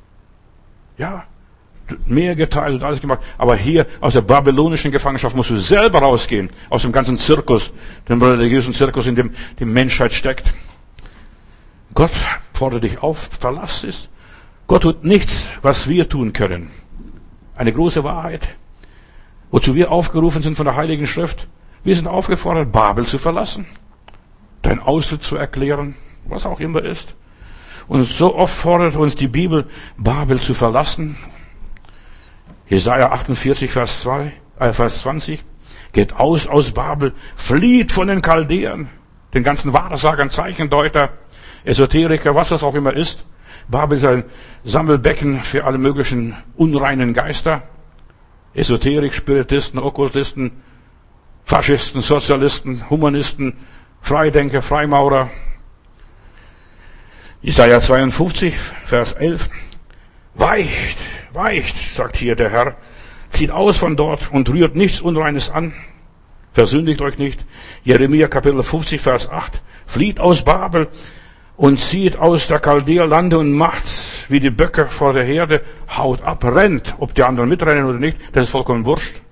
Speaker 1: Ja, Meer geteilt und alles gemacht. Aber hier aus der babylonischen Gefangenschaft musst du selber rausgehen. Aus dem ganzen Zirkus, dem religiösen Zirkus, in dem die Menschheit steckt. Gott fordert dich auf, verlass es. Gott tut nichts, was wir tun können. Eine große Wahrheit. Wozu wir aufgerufen sind von der Heiligen Schrift. Wir sind aufgefordert, Babel zu verlassen. Dein Austritt zu erklären, was auch immer ist. Und so oft fordert uns die Bibel, Babel zu verlassen. Jesaja 48, Vers 20. Geht aus Babel, flieht von den Chaldäern, den ganzen Wahrsagern, Zeichendeuter, Esoteriker, was das auch immer ist. Babel ist ein Sammelbecken für alle möglichen unreinen Geister. Esoterik, Spiritisten, Okkultisten, Faschisten, Sozialisten, Humanisten, Freidenker, Freimaurer. Jesaja 52, Vers 11. Weicht, sagt hier der Herr, zieht aus von dort und rührt nichts Unreines an. Versündigt euch nicht. Jeremia Kapitel 50, Vers 8. Flieht aus Babel, und zieht aus der Chaldea-Lande und macht wie die Böcke vor der Herde, haut ab, rennt. Ob die anderen mitrennen oder nicht, das ist vollkommen wurscht.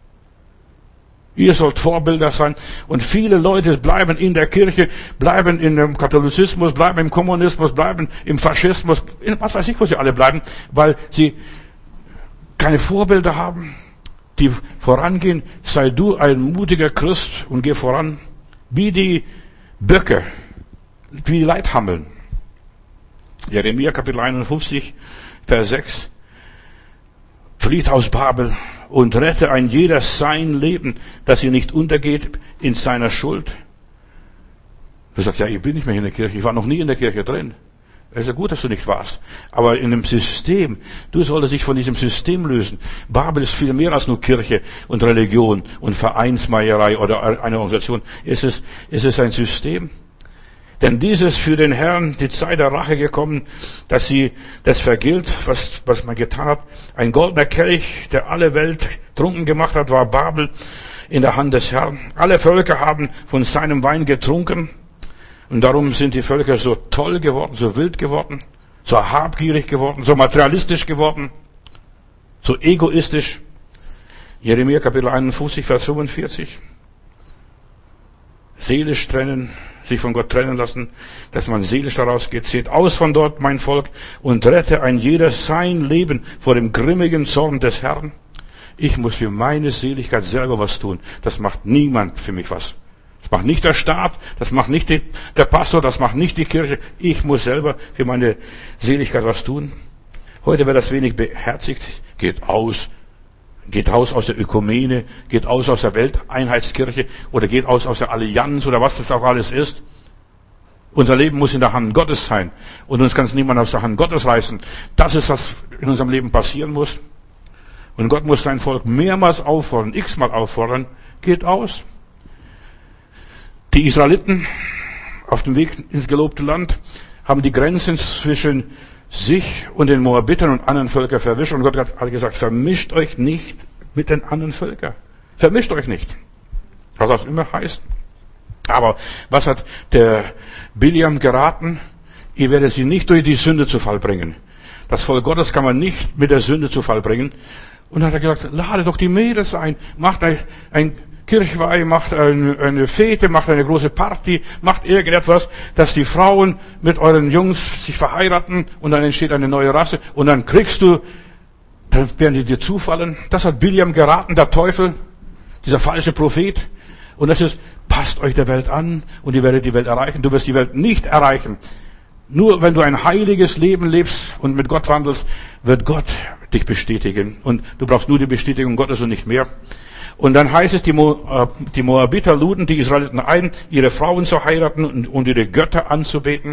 Speaker 1: Ihr sollt Vorbilder sein. Und viele Leute bleiben in der Kirche, bleiben in dem Katholizismus, bleiben im Kommunismus, bleiben im Faschismus, in was weiß ich, wo sie alle bleiben, weil sie keine Vorbilder haben, die vorangehen. Sei du ein mutiger Christ und geh voran, wie die Böcke, wie die Leithammeln. Jeremia Kapitel 51, Vers 6. Flieht aus Babel und rette ein jeder sein Leben, dass ihr nicht untergeht in seiner Schuld. Du sagst, ja, ich bin nicht mehr in der Kirche, ich war noch nie in der Kirche drin. Es ist ja gut, dass du nicht warst. Aber in dem System, du solltest dich von diesem System lösen. Babel ist viel mehr als nur Kirche und Religion und Vereinsmeierei oder eine Organisation. Es ist ein System. Denn dieses für den Herrn die Zeit der Rache gekommen, dass sie das vergilt, was man getan hat. Ein goldener Kelch, der alle Welt trunken gemacht hat, war Babel in der Hand des Herrn. Alle Völker haben von seinem Wein getrunken. Und darum sind die Völker so toll geworden, so wild geworden, so habgierig geworden, so materialistisch geworden, so egoistisch. Jeremia Kapitel 51, Vers 45. Seelisch trennen, sich von Gott trennen lassen, dass man seelisch daraus geht. Zieht aus von dort, mein Volk, und rette ein jeder sein Leben vor dem grimmigen Zorn des Herrn. Ich muss für meine Seligkeit selber was tun. Das macht niemand für mich was. Das macht nicht der Staat, das macht nicht der Pastor, das macht nicht die Kirche. Ich muss selber für meine Seligkeit was tun. Heute wird das wenig beherzigt. Geht aus aus der Ökumene, geht aus der Welteinheitskirche oder geht aus der Allianz oder was das auch alles ist. Unser Leben muss in der Hand Gottes sein und uns kann es niemand aus der Hand Gottes reißen. Das ist, was in unserem Leben passieren muss. Und Gott muss sein Volk mehrmals auffordern, x-mal auffordern, geht aus. Die Israeliten auf dem Weg ins gelobte Land haben die Grenzen zwischen sich und den Moabitern und anderen Völkern verwischt. Und Gott hat gesagt, vermischt euch nicht mit den anderen Völkern. Vermischt euch nicht. Was das immer heißt. Aber was hat der Biliam geraten? Ihr werdet sie nicht durch die Sünde zu Fall bringen. Das Volk Gottes kann man nicht mit der Sünde zu Fall bringen. Und dann hat er gesagt, lade doch die Mädels ein, macht ein Kirchweih, macht eine Fete, macht eine große Party, macht irgendetwas, dass die Frauen mit euren Jungs sich verheiraten und dann entsteht eine neue Rasse und dann dann werden die dir zufallen. Das hat Biliam geraten, der Teufel, dieser falsche Prophet. Und das ist, passt euch der Welt an und ihr werdet die Welt erreichen. Du wirst die Welt nicht erreichen. Nur wenn du ein heiliges Leben lebst und mit Gott wandelst, wird Gott dich bestätigen. Und du brauchst nur die Bestätigung Gottes und nicht mehr. Und dann heißt es, die Moabiter luden die Israeliten ein, ihre Frauen zu heiraten und ihre Götter anzubeten,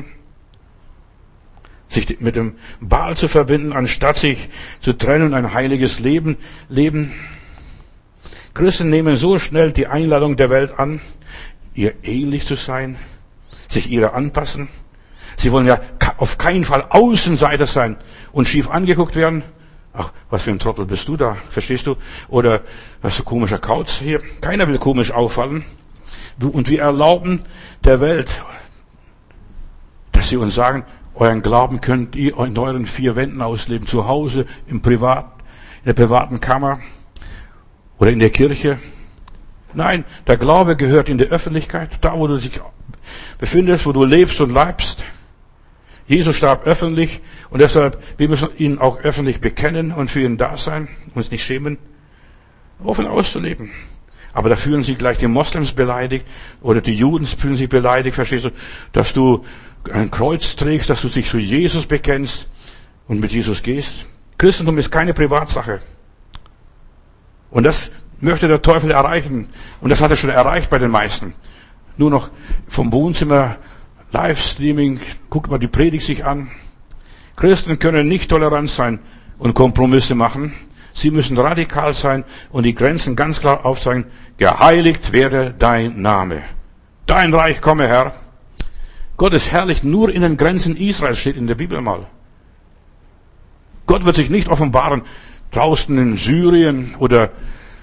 Speaker 1: sich mit dem Baal zu verbinden, anstatt sich zu trennen und ein heiliges Leben leben. Christen nehmen so schnell die Einladung der Welt an, ihr ähnlich zu sein, sich ihrer anpassen. Sie wollen ja auf keinen Fall Außenseiter sein und schief angeguckt werden. Ach, was für ein Trottel bist du da, verstehst du? Oder was für komischer Kauz hier. Keiner will komisch auffallen. Und wir erlauben der Welt, dass sie uns sagen, euren Glauben könnt ihr in euren 4 Wänden ausleben, zu Hause, in der privaten Kammer oder in der Kirche. Nein, der Glaube gehört in die Öffentlichkeit, da wo du dich befindest, wo du lebst und leibst. Jesus starb öffentlich und deshalb, wir müssen ihn auch öffentlich bekennen und für ihn da sein, uns nicht schämen, offen auszuleben. Aber da fühlen sich gleich die Moslems beleidigt oder die Juden fühlen sich beleidigt, verstehst du, dass du ein Kreuz trägst, dass du dich zu Jesus bekennst und mit Jesus gehst. Christentum ist keine Privatsache. Und das möchte der Teufel erreichen. Und das hat er schon erreicht bei den meisten. Nur noch vom Wohnzimmer Livestreaming, guckt mal die Predigt sich an. Christen können nicht tolerant sein und Kompromisse machen. Sie müssen radikal sein und die Grenzen ganz klar aufzeigen. Geheiligt werde dein Name. Dein Reich komme, Herr. Gott ist herrlich nur in den Grenzen Israels, steht in der Bibel mal. Gott wird sich nicht offenbaren draußen in Syrien oder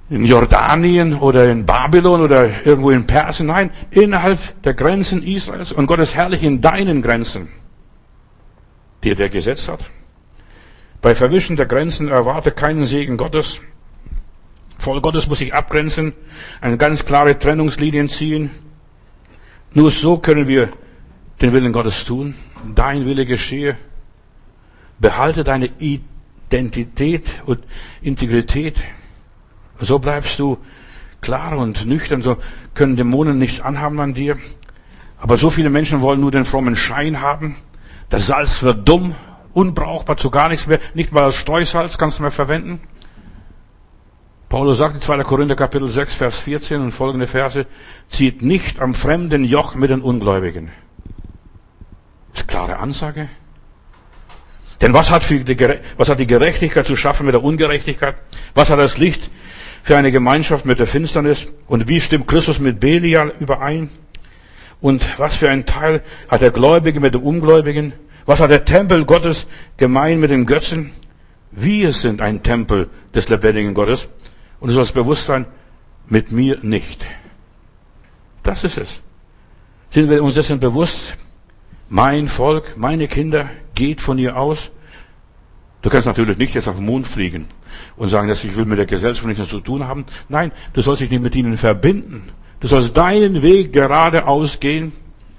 Speaker 1: in Jordanien oder in Babylon oder irgendwo in Persien. Nein, innerhalb der Grenzen Israels. Und Gott ist herrlich in deinen Grenzen, die er gesetzt hat. Bei Verwischen der Grenzen erwarte keinen Segen Gottes. Volk Gottes muss sich abgrenzen, eine ganz klare Trennungslinien ziehen. Nur so können wir den Willen Gottes tun. Dein Wille geschehe. Behalte deine Identität und Integrität. So bleibst du klar und nüchtern. So können Dämonen nichts anhaben an dir. Aber so viele Menschen wollen nur den frommen Schein haben. Das Salz wird dumm, unbrauchbar, zu gar nichts mehr. Nicht mal als Streusalz kannst du mehr verwenden. Paulus sagt in 2. Korinther Kapitel 6, Vers 14 und folgende Verse, zieht nicht am fremden Joch mit den Ungläubigen. Das ist eine klare Ansage. Denn was hat die Gerechtigkeit zu schaffen mit der Ungerechtigkeit? Was hat das Licht für eine Gemeinschaft mit der Finsternis? Und wie stimmt Christus mit Belial überein? Und was für ein Teil hat der Gläubige mit dem Ungläubigen? Was hat der Tempel Gottes gemein mit den Götzen? Wir sind ein Tempel des lebendigen Gottes. Und du sollst bewusst sein, mit mir nicht. Das ist es. Sind wir uns dessen bewusst? Mein Volk, meine Kinder, geht von ihr aus. Du kannst natürlich nicht jetzt auf den Mond fliegen und sagen, dass ich will mit der Gesellschaft nichts zu tun haben. Nein, du sollst dich nicht mit ihnen verbinden. Du sollst deinen Weg geradeaus gehen.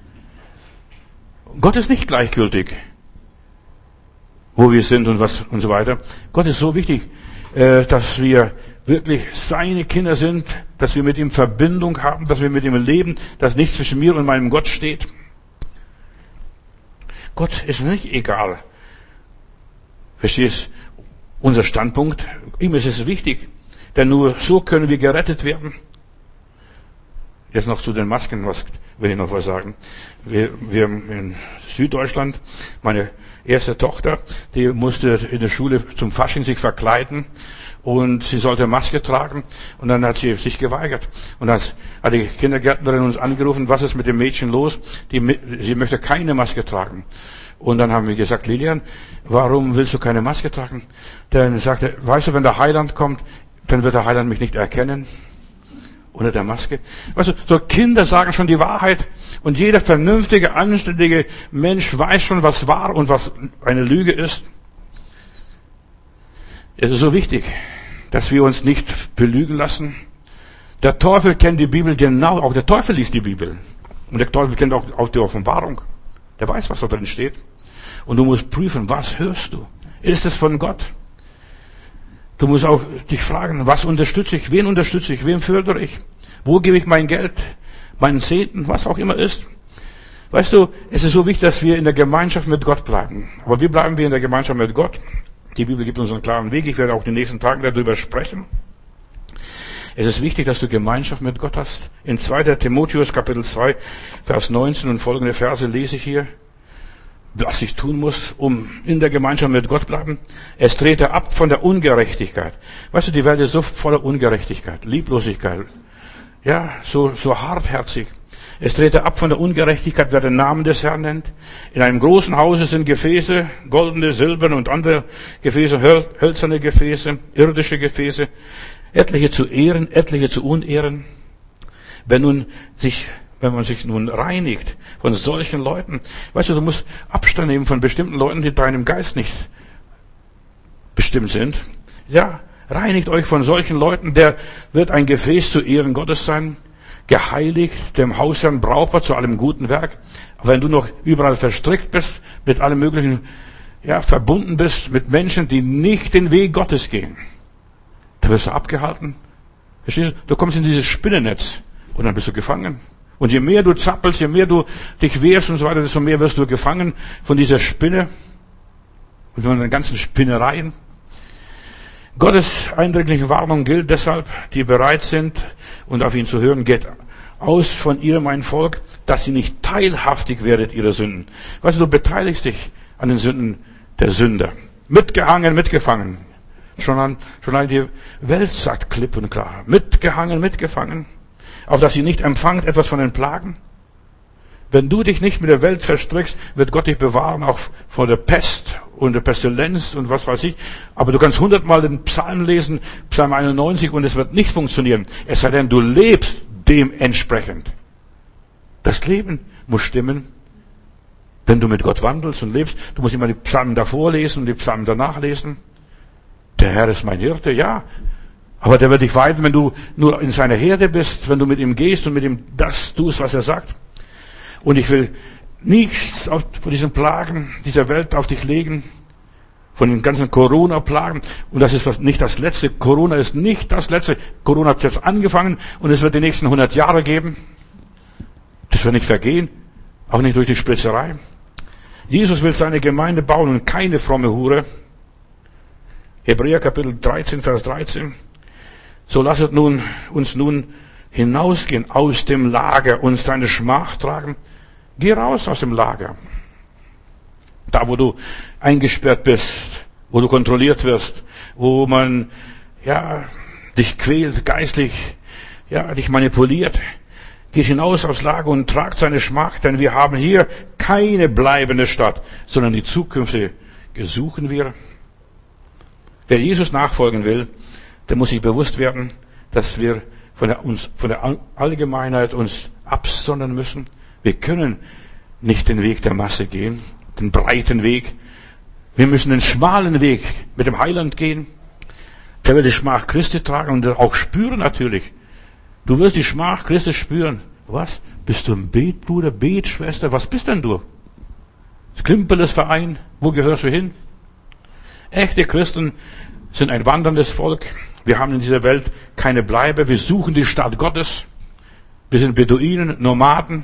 Speaker 1: Gott ist nicht gleichgültig, wo wir sind und was und so weiter. Gott ist so wichtig, dass wir wirklich seine Kinder sind, dass wir mit ihm Verbindung haben, dass wir mit ihm leben, dass nichts zwischen mir und meinem Gott steht. Gott ist nicht egal. Verstehst? Unser Standpunkt, ihm ist es wichtig, denn nur so können wir gerettet werden. Jetzt noch zu den Masken, was will ich noch was sagen. Wir in Süddeutschland, meine erste Tochter, die musste in der Schule zum Fasching sich verkleiden und sie sollte Maske tragen und dann hat sie sich geweigert. Und dann hat die Kindergärtnerin uns angerufen, was ist mit dem Mädchen los? Sie möchte keine Maske tragen. Und dann haben wir gesagt, Lilian, warum willst du keine Maske tragen? Dann sagte, weißt du, wenn der Heiland kommt, dann wird der Heiland mich nicht erkennen. Unter der Maske. Weißt du, so Kinder sagen schon die Wahrheit und jeder vernünftige, anständige Mensch weiß schon, was wahr und was eine Lüge ist. Es ist so wichtig, dass wir uns nicht belügen lassen. Der Teufel kennt die Bibel genau, auch der Teufel liest die Bibel. Und der Teufel kennt auch die Offenbarung. Der weiß, was da drin steht. Und du musst prüfen, was hörst du? Ist es von Gott? Du musst auch dich fragen, was unterstütze ich? Wen unterstütze ich? Wem fördere ich? Wo gebe ich mein Geld? Meinen Zehnten? Was auch immer ist. Weißt du, es ist so wichtig, dass wir in der Gemeinschaft mit Gott bleiben. Aber wie bleiben wir in der Gemeinschaft mit Gott? Die Bibel gibt uns einen klaren Weg. Ich werde auch in den nächsten Tagen darüber sprechen. Es ist wichtig, dass du Gemeinschaft mit Gott hast. In 2. Timotheus Kapitel 2, Vers 19 und folgende Verse lese ich hier. Was ich tun muss, um in der Gemeinschaft mit Gott bleiben. Es trete ab von der Ungerechtigkeit. Weißt du, die Welt ist so voller Ungerechtigkeit, Lieblosigkeit. Ja, so hartherzig. Es trete ab von der Ungerechtigkeit, wer den Namen des Herrn nennt. In einem großen Hause sind Gefäße, goldene, silberne und andere Gefäße, hölzerne Gefäße, irdische Gefäße, etliche zu Ehren, etliche zu Unehren. Wenn man sich nun reinigt von solchen Leuten, weißt du, du musst Abstand nehmen von bestimmten Leuten, die deinem Geist nicht bestimmt sind. Ja, reinigt euch von solchen Leuten, der wird ein Gefäß zu Ehren Gottes sein, geheiligt, dem Hausherrn brauchbar zu allem guten Werk. Aber wenn du noch überall verstrickt bist, mit allem möglichen, ja, verbunden bist mit Menschen, die nicht den Weg Gottes gehen, dann wirst du abgehalten. Verstehst du? Du kommst in dieses Spinnennetz und dann bist du gefangen. Und je mehr du zappelst, je mehr du dich wehrst und so weiter, desto mehr wirst du gefangen von dieser Spinne und von den ganzen Spinnereien. Gottes eindringliche Warnung gilt deshalb, die bereit sind und auf ihn zu hören, geht aus von ihr, mein Volk, dass ihr nicht teilhaftig werdet ihrer Sünden. Weißt du, du beteiligst dich an den Sünden der Sünder. Mitgehangen, mitgefangen. Schon allein die Welt sagt klipp und klar. Mitgehangen, mitgefangen. Auf dass ihr nicht empfangt etwas von den Plagen. Wenn du dich nicht mit der Welt verstrickst, wird Gott dich bewahren, auch vor der Pest und der Pestilenz und was weiß ich. Aber du kannst 100-mal den Psalm lesen, Psalm 91, und es wird nicht funktionieren. Es sei denn, du lebst dementsprechend. Das Leben muss stimmen. Wenn du mit Gott wandelst und lebst, du musst immer die Psalmen davor lesen und die Psalmen danach lesen. Der Herr ist mein Hirte, ja. Aber der wird dich weiden, wenn du nur in seiner Herde bist, wenn du mit ihm gehst und mit ihm das tust, was er sagt. Und ich will nichts von diesen Plagen dieser Welt auf dich legen, von den ganzen Corona-Plagen. Und das ist nicht das Letzte. Corona ist nicht das Letzte. Corona hat jetzt angefangen und es wird die nächsten 100 Jahre geben. Das wird nicht vergehen, auch nicht durch die Spritzerei. Jesus will seine Gemeinde bauen und keine fromme Hure. Hebräer Kapitel 13, Vers 13. So lasset uns nun hinausgehen aus dem Lager und seine Schmach tragen. Geh raus aus dem Lager. Da, wo du eingesperrt bist, wo du kontrolliert wirst, wo man, dich quält, geistlich, dich manipuliert. Geht hinaus aufs Lager und tragt seine Schmach, denn wir haben hier keine bleibende Stadt, sondern die zukünftige suchen wir. Wer Jesus nachfolgen will, der muss sich bewusst werden, dass wir von der Allgemeinheit uns absondern müssen. Wir können nicht den Weg der Masse gehen, den breiten Weg. Wir müssen den schmalen Weg mit dem Heiland gehen. Der will die Schmach Christi tragen und auch spüren natürlich. Du wirst die Schmach Christi spüren. Was? Bist du ein Betbruder, Betschwester? Was bist denn du? Klimpeles-Verein? Wo gehörst du hin? Echte Christen sind ein wanderndes Volk. Wir haben in dieser Welt keine Bleibe. Wir suchen die Stadt Gottes. Wir sind Beduinen, Nomaden,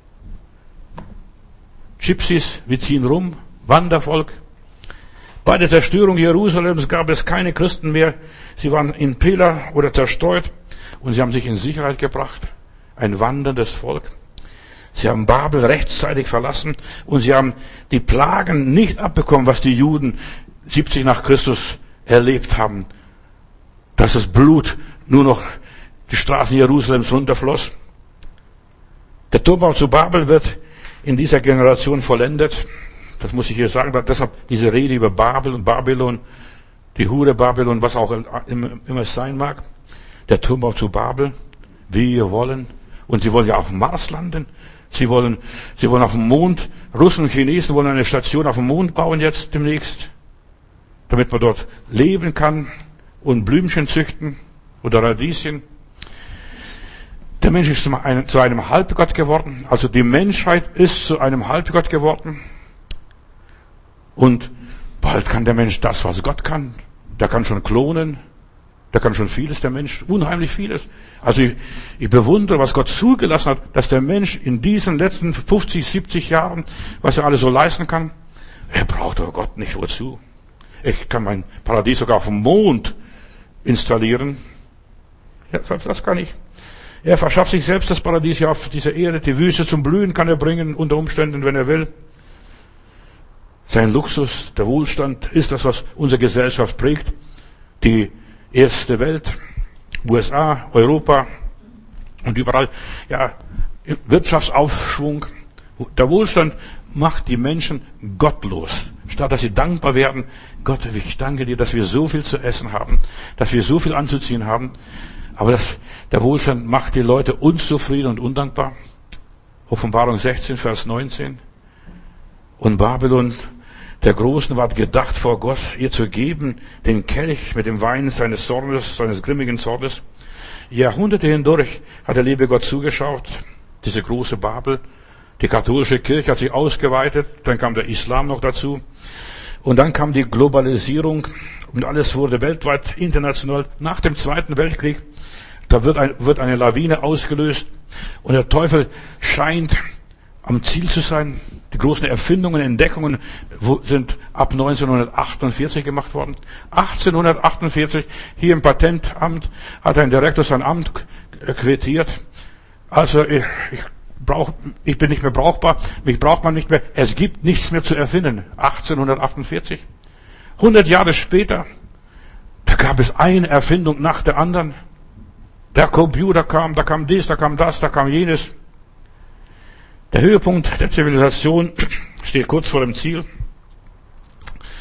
Speaker 1: Gypsies, wir ziehen rum, Wandervolk. Bei der Zerstörung Jerusalems gab es keine Christen mehr. Sie waren in Pela oder zerstreut und sie haben sich in Sicherheit gebracht. Ein wanderndes Volk. Sie haben Babel rechtzeitig verlassen und sie haben die Plagen nicht abbekommen, was die Juden 70 nach Christus erlebt haben. Dass das Blut nur noch die Straßen Jerusalems runterfloss. Der Turmbau zu Babel wird in dieser Generation vollendet. Das muss ich hier sagen. Deshalb diese Rede über Babel und Babylon, die Hure Babylon, was auch immer es sein mag. Der Turmbau zu Babel. Wir wollen. Und sie wollen ja auf dem Mars landen. Sie wollen auf dem Mond. Russen und Chinesen wollen eine Station auf dem Mond bauen jetzt demnächst. Damit man dort leben kann und Blümchen züchten oder Radieschen. Der Mensch ist zu einem Halbgott geworden. Also die Menschheit ist zu einem Halbgott geworden. Und bald kann der Mensch das, was Gott kann. Der kann schon klonen. Der kann schon vieles, der Mensch. Unheimlich vieles. Also ich bewundere, was Gott zugelassen hat, dass der Mensch in diesen letzten 50, 70 Jahren, was er alles so leisten kann. Er braucht aber Gott nicht wozu. Ich kann mein Paradies sogar auf dem Mond installieren. Ja, das kann ich. Er verschafft sich selbst das Paradies ja auf dieser Erde. Die Wüste zum Blühen kann er bringen, unter Umständen, wenn er will. Sein Luxus, der Wohlstand ist das, was unsere Gesellschaft prägt. Die erste Welt, USA, Europa und überall, Wirtschaftsaufschwung. Der Wohlstand macht die Menschen gottlos. Statt dass sie dankbar werden, Gott, ich danke dir, dass wir so viel zu essen haben, dass wir so viel anzuziehen haben. Aber der Wohlstand macht die Leute unzufrieden und undankbar. Offenbarung 16, Vers 19. Und Babylon, der Großen, ward gedacht vor Gott, ihr zu geben, den Kelch mit dem Wein seines Zornes, seines grimmigen Zornes. Jahrhunderte hindurch hat der liebe Gott zugeschaut, diese große Babel. Die katholische Kirche hat sich ausgeweitet, dann kam der Islam noch dazu. Und dann kam die Globalisierung und alles wurde weltweit international. Nach dem Zweiten Weltkrieg, da wird eine Lawine ausgelöst und der Teufel scheint am Ziel zu sein. Die großen Erfindungen, Entdeckungen sind ab 1948 gemacht worden. 1848, hier im Patentamt, hat ein Direktor sein Amt quittiert. Also ich bin nicht mehr brauchbar, mich braucht man nicht mehr, es gibt nichts mehr zu erfinden. 1848. 100 Jahre später, da gab es eine Erfindung nach der anderen. Der Computer kam, da kam dies, da kam das, da kam jenes. Der Höhepunkt der Zivilisation steht kurz vor dem Ziel.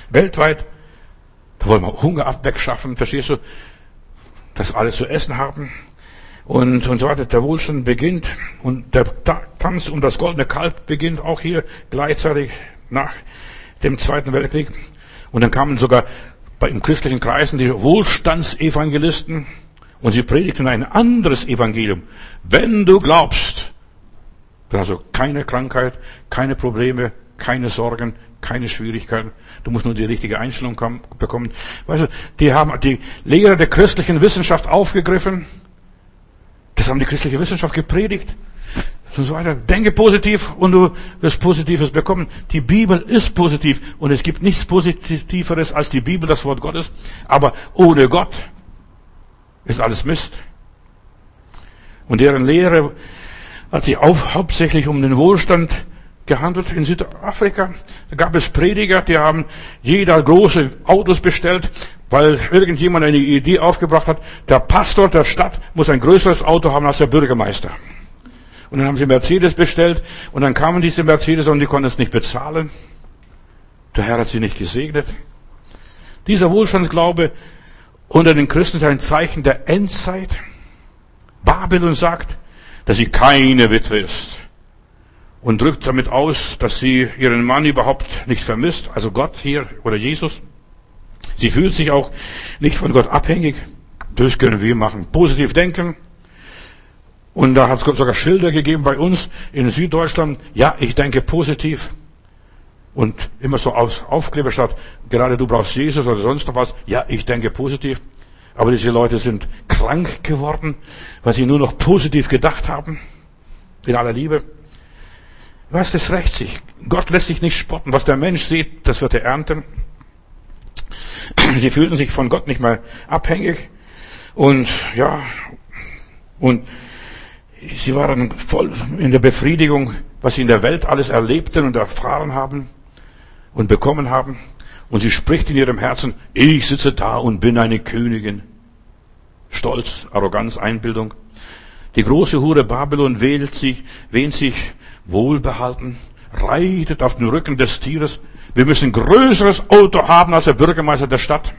Speaker 1: weltweit. Da wollen wir Hunger wegschaffen, verstehst du? Dass alle zu essen haben. Und so weiter. Der Wohlstand beginnt und der Tanz um das goldene Kalb beginnt auch hier gleichzeitig nach dem Zweiten Weltkrieg. Und dann kamen sogar in christlichen Kreisen die Wohlstandsevangelisten und sie predigten ein anderes Evangelium. Wenn du glaubst, dann hast du keine Krankheit, keine Probleme, keine Sorgen, keine Schwierigkeiten. Du musst nur die richtige Einstellung bekommen. Weißt du, die haben die Lehrer der christlichen Wissenschaft aufgegriffen. Das haben die christliche Wissenschaft gepredigt. Und so weiter. Denke positiv und du wirst Positives bekommen. Die Bibel ist positiv und es gibt nichts Positiveres als die Bibel, das Wort Gottes. Aber ohne Gott ist alles Mist. Und deren Lehre hat sich hauptsächlich um den Wohlstand gehandelt. In Südafrika da gab es Prediger, die haben jeder große Autos bestellt, weil irgendjemand eine Idee aufgebracht hat. Der Pastor der Stadt muss ein größeres Auto haben als der Bürgermeister. Und dann haben sie Mercedes bestellt und dann kamen diese Mercedes und die konnten es nicht bezahlen. Der Herr hat sie nicht gesegnet. Dieser Wohlstandsglaube unter den Christen ist ein Zeichen der Endzeit. Babylon sagt, dass sie keine Witwe ist und drückt damit aus, dass sie ihren Mann überhaupt nicht vermisst, also Gott hier oder Jesus. Sie fühlt sich auch nicht von Gott abhängig. Das können wir machen. Positiv denken. Und da hat es sogar Schilder gegeben bei uns in Süddeutschland. Ja, ich denke positiv. Und immer so Aufkleber statt, gerade du brauchst Jesus oder sonst noch was. Ja, ich denke positiv. Aber diese Leute sind krank geworden, weil sie nur noch positiv gedacht haben. In aller Liebe. Was, das rächt sich. Gott lässt sich nicht spotten. Was der Mensch sieht, das wird er ernten. Sie fühlten sich von Gott nicht mehr abhängig. Und ja, und sie waren voll in der Befriedigung, was sie in der Welt alles erlebten und erfahren haben und bekommen haben. Und sie spricht in ihrem Herzen, ich sitze da und bin eine Königin. Stolz, Arroganz, Einbildung. Die große Hure Babylon wähnt sich wohlbehalten, reitet auf den Rücken des Tieres. Wir müssen ein größeres Auto haben als der Bürgermeister der Stadt.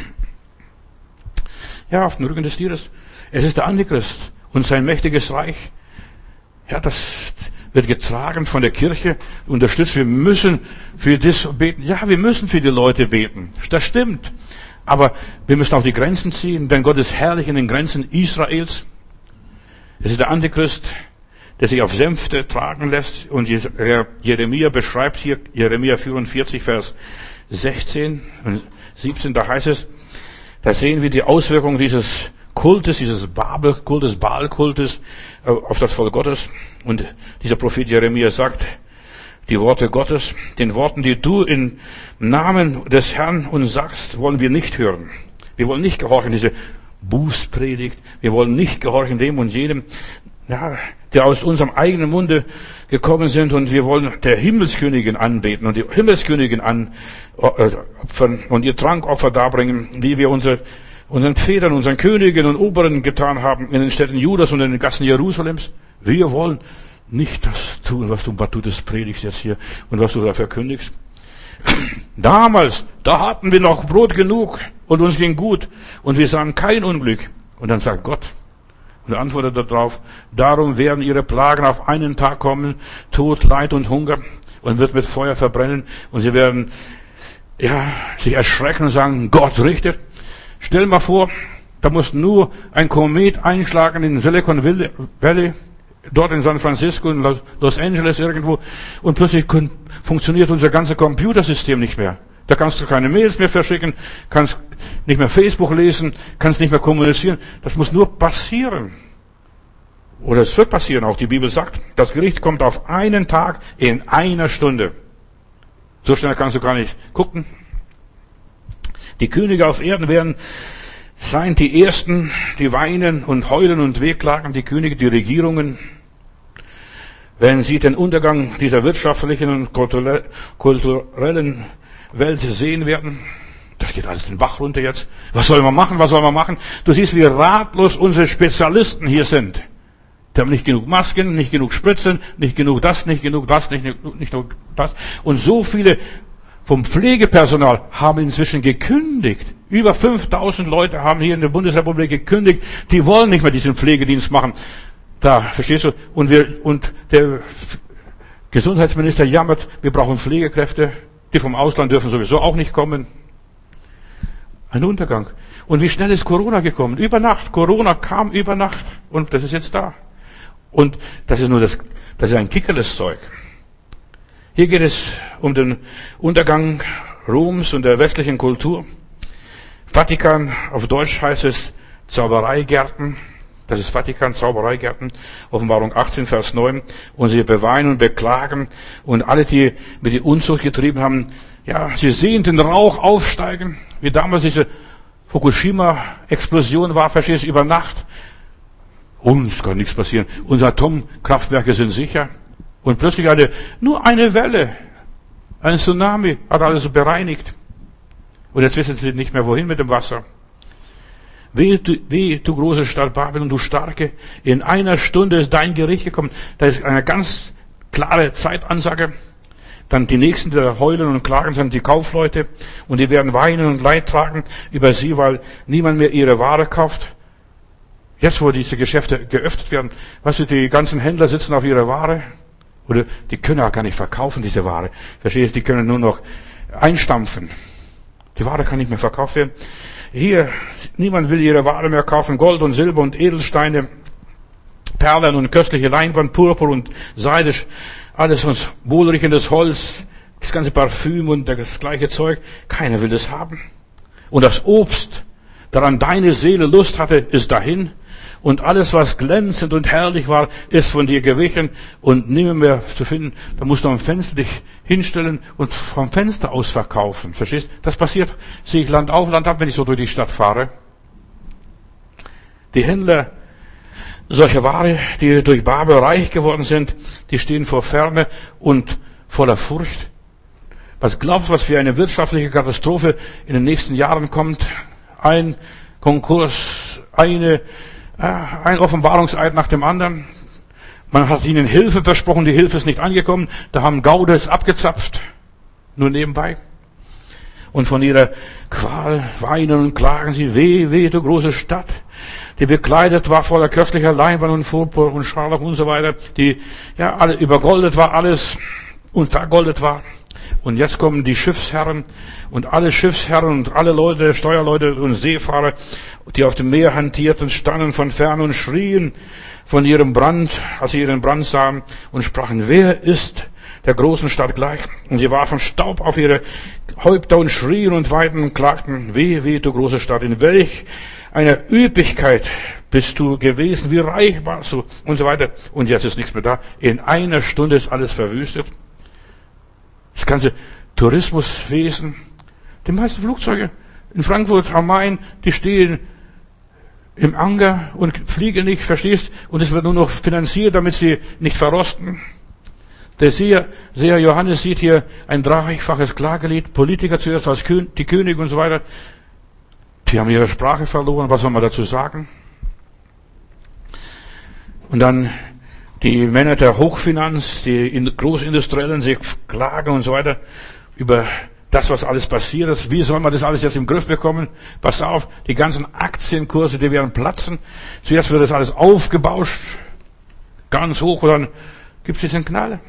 Speaker 1: Ja, auf den Rücken des Tieres. Es ist der Antichrist und sein mächtiges Reich. Ja, das wird getragen von der Kirche, unterstützt. Wir müssen für das beten. Ja, wir müssen für die Leute beten. Das stimmt. Aber wir müssen auch die Grenzen ziehen, denn Gott ist herrlich in den Grenzen Israels. Es ist der Antichrist, der sich auf Sänfte tragen lässt. Und Jeremia beschreibt hier, Jeremia 44, Vers 16 und 17, da heißt es, da sehen wir die Auswirkungen dieses Kultes, dieses Babelkultes, Baalkultes auf das Volk Gottes. Und dieser Prophet Jeremia sagt, die Worte Gottes, den Worten, die du im Namen des Herrn uns sagst, wollen wir nicht hören. Wir wollen nicht gehorchen, diese Bußpredigt. Wir wollen nicht gehorchen dem und jedem, ja, der aus unserem eigenen Munde gekommen sind, und wir wollen der Himmelskönigin anbeten und die Himmelskönigin opfern und ihr Trankopfer darbringen, wie wir unseren Vätern, unseren Königen und Oberen getan haben in den Städten Judas und in den Gassen Jerusalems. Wir wollen nicht das tun, was du das predigst jetzt hier und was du da verkündigst. Damals, da hatten wir noch Brot genug und uns ging gut und wir sahen kein Unglück. Und dann sagt Gott und antwortet darauf, darum werden ihre Plagen auf einen Tag kommen, Tod, Leid und Hunger, und wird mit Feuer verbrennen, und sie werden sich erschrecken und sagen, Gott richtet. Stell mal vor, da muss nur ein Komet einschlagen in Silicon Valley, dort in San Francisco, in Los Angeles irgendwo, und plötzlich funktioniert unser ganzes Computersystem nicht mehr. Da kannst du keine Mails mehr verschicken, kannst nicht mehr Facebook lesen, kannst nicht mehr kommunizieren. Das muss nur passieren. Oder es wird passieren, auch die Bibel sagt, das Gericht kommt auf einen Tag in einer Stunde. So schnell kannst du gar nicht gucken. Die Könige auf Erden werden sein die Ersten, die weinen und heulen und wehklagen, die Könige, die Regierungen, wenn sie den Untergang dieser wirtschaftlichen und kulturellen Welt sehen werden. Das geht alles den Bach runter jetzt. Was soll man machen? Was soll man machen? Du siehst, wie ratlos unsere Spezialisten hier sind. Die haben nicht genug Masken, nicht genug Spritzen, nicht genug das, nicht genug das, nicht genug das. Und so viele vom Pflegepersonal haben inzwischen gekündigt. Über 5000 Leute haben hier in der Bundesrepublik gekündigt. Die wollen nicht mehr diesen Pflegedienst machen. Da, verstehst du? Und der Gesundheitsminister jammert, wir brauchen Pflegekräfte. Die vom Ausland dürfen sowieso auch nicht kommen. Ein Untergang. Und wie schnell ist Corona gekommen? Über Nacht. Corona kam über Nacht. Und das ist jetzt da. Und das ist ein kickerles Zeug. Hier geht es um den Untergang Roms und der westlichen Kultur. Vatikan, auf Deutsch heißt es Zaubereigärten. Das ist Vatikan, Zaubereigärten. Offenbarung 18, Vers 9. Und sie beweinen und beklagen. Und alle, die mit die Unzucht getrieben haben, ja, sie sehen den Rauch aufsteigen. Wie damals diese Fukushima-Explosion war, verstehst du, über Nacht. Uns kann nichts passieren. Unsere Atomkraftwerke sind sicher. Und plötzlich nur eine Welle, ein Tsunami hat alles bereinigt. Und jetzt wissen sie nicht mehr, wohin mit dem Wasser. Weh, du große Stadt Babylon, du Starke, in einer Stunde ist dein Gericht gekommen. Da ist eine ganz klare Zeitansage. Dann die Nächsten, die heulen und klagen, sind die Kaufleute. Und die werden weinen und Leid tragen über sie, weil niemand mehr ihre Ware kauft. Jetzt, wo diese Geschäfte geöffnet werden, weißt du, die ganzen Händler sitzen auf ihrer Ware. Oder die können auch gar nicht verkaufen, diese Ware. Verstehst du, die können nur noch einstampfen. Die Ware kann nicht mehr verkauft werden. Hier, niemand will ihre Ware mehr kaufen. Gold und Silber und Edelsteine, Perlen und köstliche Leinwand, Purpur und Seide, alles uns wohlriechendes Holz, das ganze Parfüm und das gleiche Zeug. Keiner will das haben. Und das Obst, daran deine Seele Lust hatte, ist dahin. Und alles, was glänzend und herrlich war, ist von dir gewichen und nimmer mehr zu finden. Da musst du am Fenster dich hinstellen und vom Fenster aus verkaufen. Verstehst? Das passiert, sehe ich Land auf, Land ab, wenn ich so durch die Stadt fahre. Die Händler solcher Ware, die durch Babel reich geworden sind, die stehen vor Ferne und voller Furcht. Was glaubst du, was für eine wirtschaftliche Katastrophe in den nächsten Jahren kommt? Ein Konkurs, ein Offenbarungseid nach dem anderen. Man hat ihnen Hilfe versprochen, die Hilfe ist nicht angekommen. Da haben Gaudes abgezapft. Nur nebenbei. Und von ihrer Qual weinen und klagen sie, weh, du große Stadt, die bekleidet war voller köstlicher Leinwand und Purpur und Scharlach und so weiter, die, ja, alle übergoldet war, alles und vergoldet war. Und jetzt kommen die Schiffsherren und alle Schiffsherren und alle Leute, Steuerleute und Seefahrer, die auf dem Meer hantierten, standen von fern und schrien von ihrem Brand, als sie ihren Brand sahen und sprachen, wer ist der großen Stadt gleich? Und sie warfen Staub auf ihre Häupter und schrien und weinten und klagten, weh, du große Stadt, in welch einer Üppigkeit bist du gewesen, wie reich warst du und so weiter. Und jetzt ist nichts mehr da. In einer Stunde ist alles verwüstet. Das ganze Tourismuswesen, die meisten Flugzeuge in Frankfurt am Main, die stehen im Anker und fliegen nicht, verstehst? Und es wird nur noch finanziert, damit sie nicht verrosten. Der Seher Johannes sieht hier ein dreifaches Klagelied, Politiker zuerst als die Könige und so weiter. Die haben ihre Sprache verloren, was soll man dazu sagen? Und dann die Männer der Hochfinanz, die Großindustriellen, sie klagen und so weiter über das, was alles passiert ist. Wie soll man das alles jetzt im Griff bekommen? Pass auf, die ganzen Aktienkurse, die werden platzen. Zuerst wird das alles aufgebauscht, ganz hoch, und dann gibt es diesen Knall.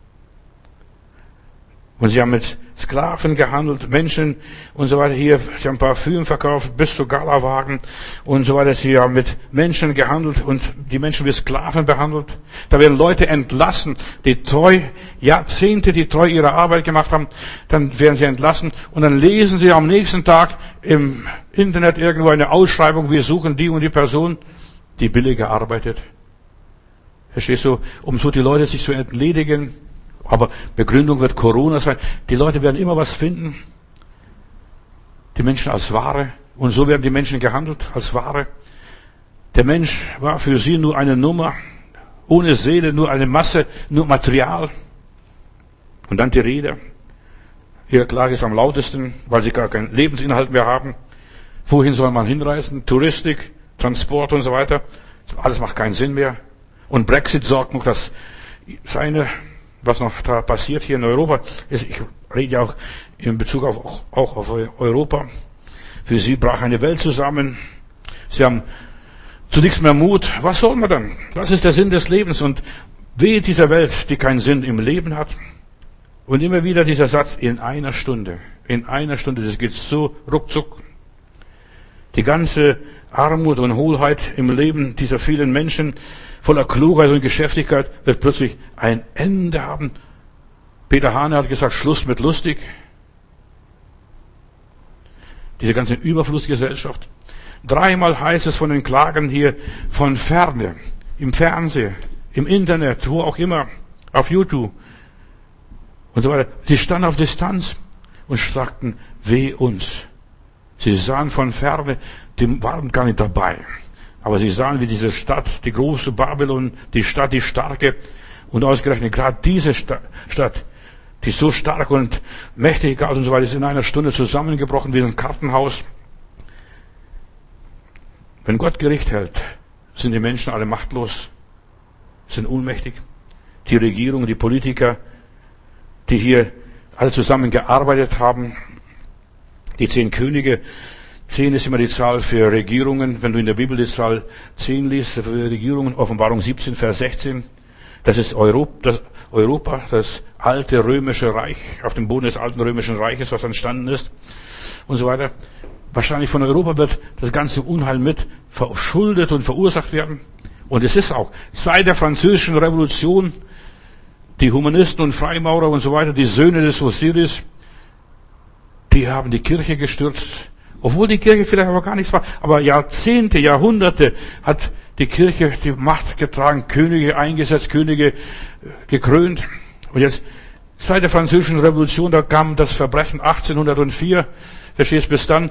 Speaker 1: Und sie haben mit Sklaven gehandelt, Menschen und so weiter. Hier, sie haben Parfüm verkauft, bis zu Galawagen und so weiter. Sie haben mit Menschen gehandelt und die Menschen wie Sklaven behandelt. Da werden Leute entlassen, die Jahrzehnte treu ihre Arbeit gemacht haben. Dann werden sie entlassen und dann lesen sie am nächsten Tag im Internet irgendwo eine Ausschreibung, wir suchen die und die Person, die billiger arbeitet. Verstehst du? Um so die Leute sich zu entledigen. Aber Begründung wird Corona sein. Die Leute werden immer was finden. Die Menschen als Ware. Und so werden die Menschen gehandelt als Ware. Der Mensch war für sie nur eine Nummer. Ohne Seele, nur eine Masse, nur Material. Und dann die Rede. Ihre Klage ist am lautesten, weil sie gar keinen Lebensinhalt mehr haben. Wohin soll man hinreisen? Touristik, Transport und so weiter. Alles macht keinen Sinn mehr. Und Brexit sorgt noch, dass was noch da passiert hier in Europa, ist, rede ja auch in Bezug auch auf Europa. Für sie brach eine Welt zusammen. Sie haben zu nichts mehr Mut. Was soll man dann? Was ist der Sinn des Lebens? Und wehe dieser Welt, die keinen Sinn im Leben hat. Und immer wieder dieser Satz, in einer Stunde, das geht so ruckzuck. Die ganze Armut und Hohlheit im Leben dieser vielen Menschen, voller Klugheit und Geschäftigkeit, wird plötzlich ein Ende haben. Peter Hahn hat gesagt, Schluss mit lustig. Diese ganze Überflussgesellschaft. 3-mal heißt es von den Klagen hier von Ferne, im Fernsehen, im Internet, wo auch immer, auf YouTube und so weiter. Sie standen auf Distanz und sagten, weh uns. Sie sahen von Ferne, die waren gar nicht dabei. Aber sie sahen, wie diese Stadt, die große Babylon, die Stadt, die starke, und ausgerechnet gerade diese Stadt, die so stark und mächtig und so weiter, ist in einer Stunde zusammengebrochen wie ein Kartenhaus. Wenn Gott Gericht hält, sind die Menschen alle machtlos, sind ohnmächtig. Die Regierung, die Politiker, die hier alle zusammen gearbeitet haben. Die 10 Könige, 10 ist immer die Zahl für Regierungen. Wenn du in der Bibel die Zahl 10 liest, für Regierungen, Offenbarung 17, Vers 16, das ist Europa, das alte römische Reich, auf dem Boden des alten römischen Reiches, was entstanden ist und so weiter. Wahrscheinlich von Europa wird das ganze Unheil mit verschuldet und verursacht werden. Und es ist auch seit der Französischen Revolution, die Humanisten und Freimaurer und so weiter, die Söhne des Osiris, die haben die Kirche gestürzt. Obwohl die Kirche vielleicht aber gar nichts war. Aber Jahrzehnte, Jahrhunderte hat die Kirche die Macht getragen, Könige eingesetzt, Könige gekrönt. Und jetzt, seit der Französischen Revolution, da kam das Verbrechen 1804, verstehst, bis dann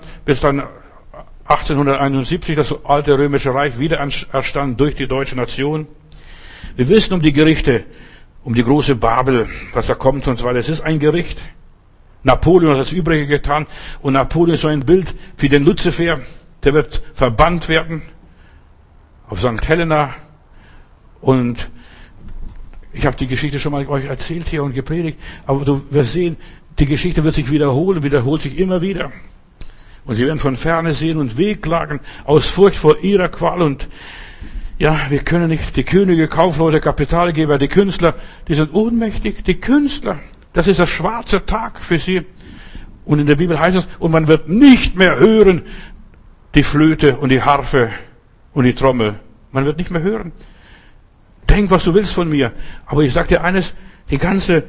Speaker 1: 1871, das alte römische Reich wieder erstand durch die deutsche Nation. Wir wissen um die Gerichte, um die große Babel, was da kommt und so weiter. Es ist ein Gericht. Napoleon hat das Übrige getan und Napoleon ist so ein Bild wie den Luzifer, der wird verbannt werden auf St. Helena. Und ich habe die Geschichte schon mal euch erzählt hier und gepredigt, aber du wirst sehen, die Geschichte wird sich wiederholen, wiederholt sich immer wieder. Und sie werden von Ferne sehen und wehklagen aus Furcht vor ihrer Qual. Und ja, wir können nicht, die Könige, Kaufleute, Kapitalgeber, die Künstler, die sind ohnmächtig, die Künstler. Das ist der schwarze Tag für sie. Und in der Bibel heißt es, und man wird nicht mehr hören die Flöte und die Harfe und die Trommel. Man wird nicht mehr hören. Denk, was du willst von mir. Aber ich sag dir eines, die ganze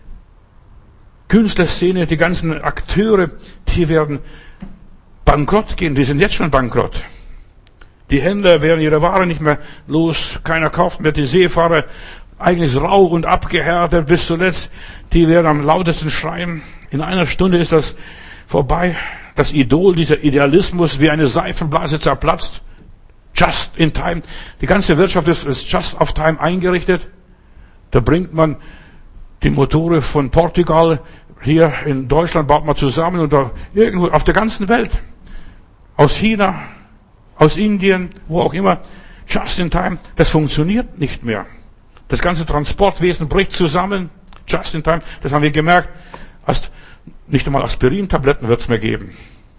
Speaker 1: Künstlerszene, die ganzen Akteure, die werden bankrott gehen. Die sind jetzt schon bankrott. Die Händler werden ihre Ware nicht mehr los. Keiner kauft mehr. Die Seefahrer, eigentlich rau und abgehärtet bis zuletzt, die werden am lautesten schreien. In einer Stunde ist das vorbei. Das Idol, dieser Idealismus wie eine Seifenblase zerplatzt. Just in time. Die ganze Wirtschaft ist just of time eingerichtet. Da bringt man die Motore von Portugal hier in Deutschland, baut man zusammen und da irgendwo auf der ganzen Welt. Aus China, aus Indien, wo auch immer. Just in time. Das funktioniert nicht mehr. Das ganze Transportwesen bricht zusammen. Just in time. Das haben wir gemerkt. Nicht einmal Aspirin-Tabletten wird es mehr geben.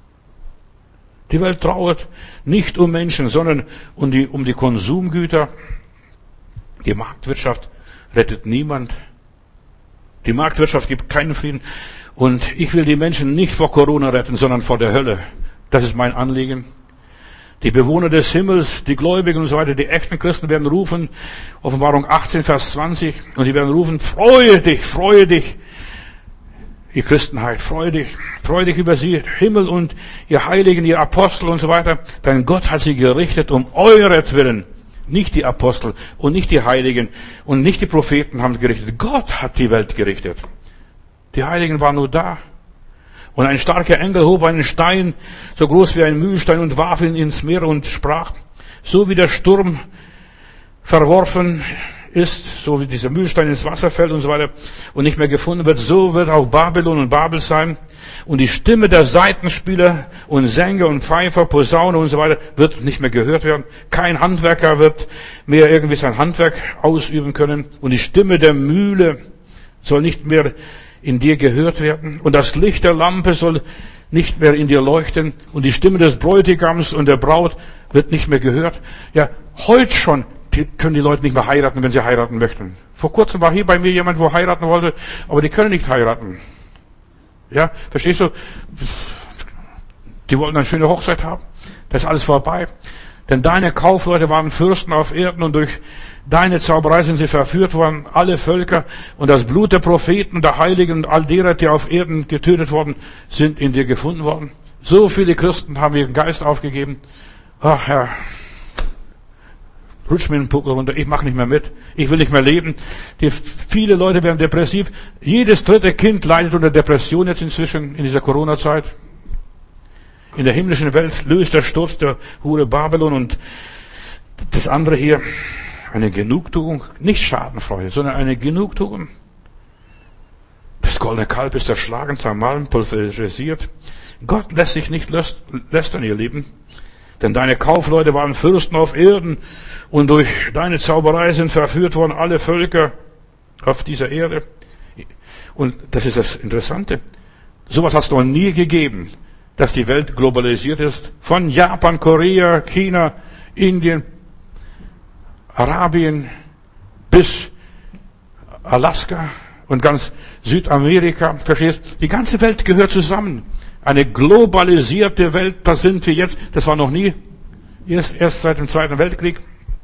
Speaker 1: Die Welt trauert nicht um Menschen, sondern um die Konsumgüter. Die Marktwirtschaft rettet niemand. Die Marktwirtschaft gibt keinen Frieden. Und ich will die Menschen nicht vor Corona retten, sondern vor der Hölle. Das ist mein Anliegen. Die Bewohner des Himmels, die Gläubigen und so weiter, die echten Christen werden rufen, Offenbarung 18, Vers 20, und sie werden rufen, freue dich, ihr Christenheit, freue dich über sie, Himmel und ihr Heiligen, ihr Apostel und so weiter, denn Gott hat sie gerichtet um euretwillen. Nicht die Apostel und nicht die Heiligen und nicht die Propheten haben gerichtet. Gott hat die Welt gerichtet. Die Heiligen waren nur da. Und ein starker Engel hob einen Stein, so groß wie ein Mühlstein, und warf ihn ins Meer und sprach, so wie der Sturm verworfen ist, so wie dieser Mühlstein ins Wasser fällt und so weiter und nicht mehr gefunden wird, so wird auch Babylon und Babel sein. Und die Stimme der Saitenspieler und Sänger und Pfeifer, Posaune und so weiter wird nicht mehr gehört werden. Kein Handwerker wird mehr irgendwie sein Handwerk ausüben können. Und die Stimme der Mühle soll nicht mehr in dir gehört werden. Und das Licht der Lampe soll nicht mehr in dir leuchten. Und die Stimme des Bräutigams und der Braut wird nicht mehr gehört. Ja, heute schon können die Leute nicht mehr heiraten, wenn sie heiraten möchten. Vor kurzem war hier bei mir jemand, wo heiraten wollte, aber die können nicht heiraten. Ja, verstehst du? Die wollten eine schöne Hochzeit haben. Das ist alles vorbei. Denn deine Kaufleute waren Fürsten auf Erden und durch deine Zauberei sind sie verführt worden, alle Völker, und das Blut der Propheten und der Heiligen und all derer, die auf Erden getötet worden sind, in dir gefunden worden. So viele Christen haben ihren Geist aufgegeben. Ach Herr, rutsch mir den Puckel runter, ich mache nicht mehr mit, ich will nicht mehr leben. Viele Leute werden depressiv. Jedes dritte Kind leidet unter Depression jetzt inzwischen in dieser Corona-Zeit. In der himmlischen Welt löst der Sturz der Hure Babylon und das andere hier, eine Genugtuung, nicht Schadenfreude, sondern eine Genugtuung. Das goldene Kalb ist erschlagen, zermalmt, pulverisiert. Gott lässt sich nicht lästern, ihr Lieben. Denn deine Kaufleute waren Fürsten auf Erden und durch deine Zauberei sind verführt worden alle Völker auf dieser Erde. Und das ist das Interessante. Sowas hat es noch nie gegeben, dass die Welt globalisiert ist. Von Japan, Korea, China, Indien, Arabien bis Alaska und ganz Südamerika. Verstehst? Die ganze Welt gehört zusammen. Eine globalisierte Welt, da sind wir jetzt. Das war noch nie. Erst seit dem Zweiten Weltkrieg.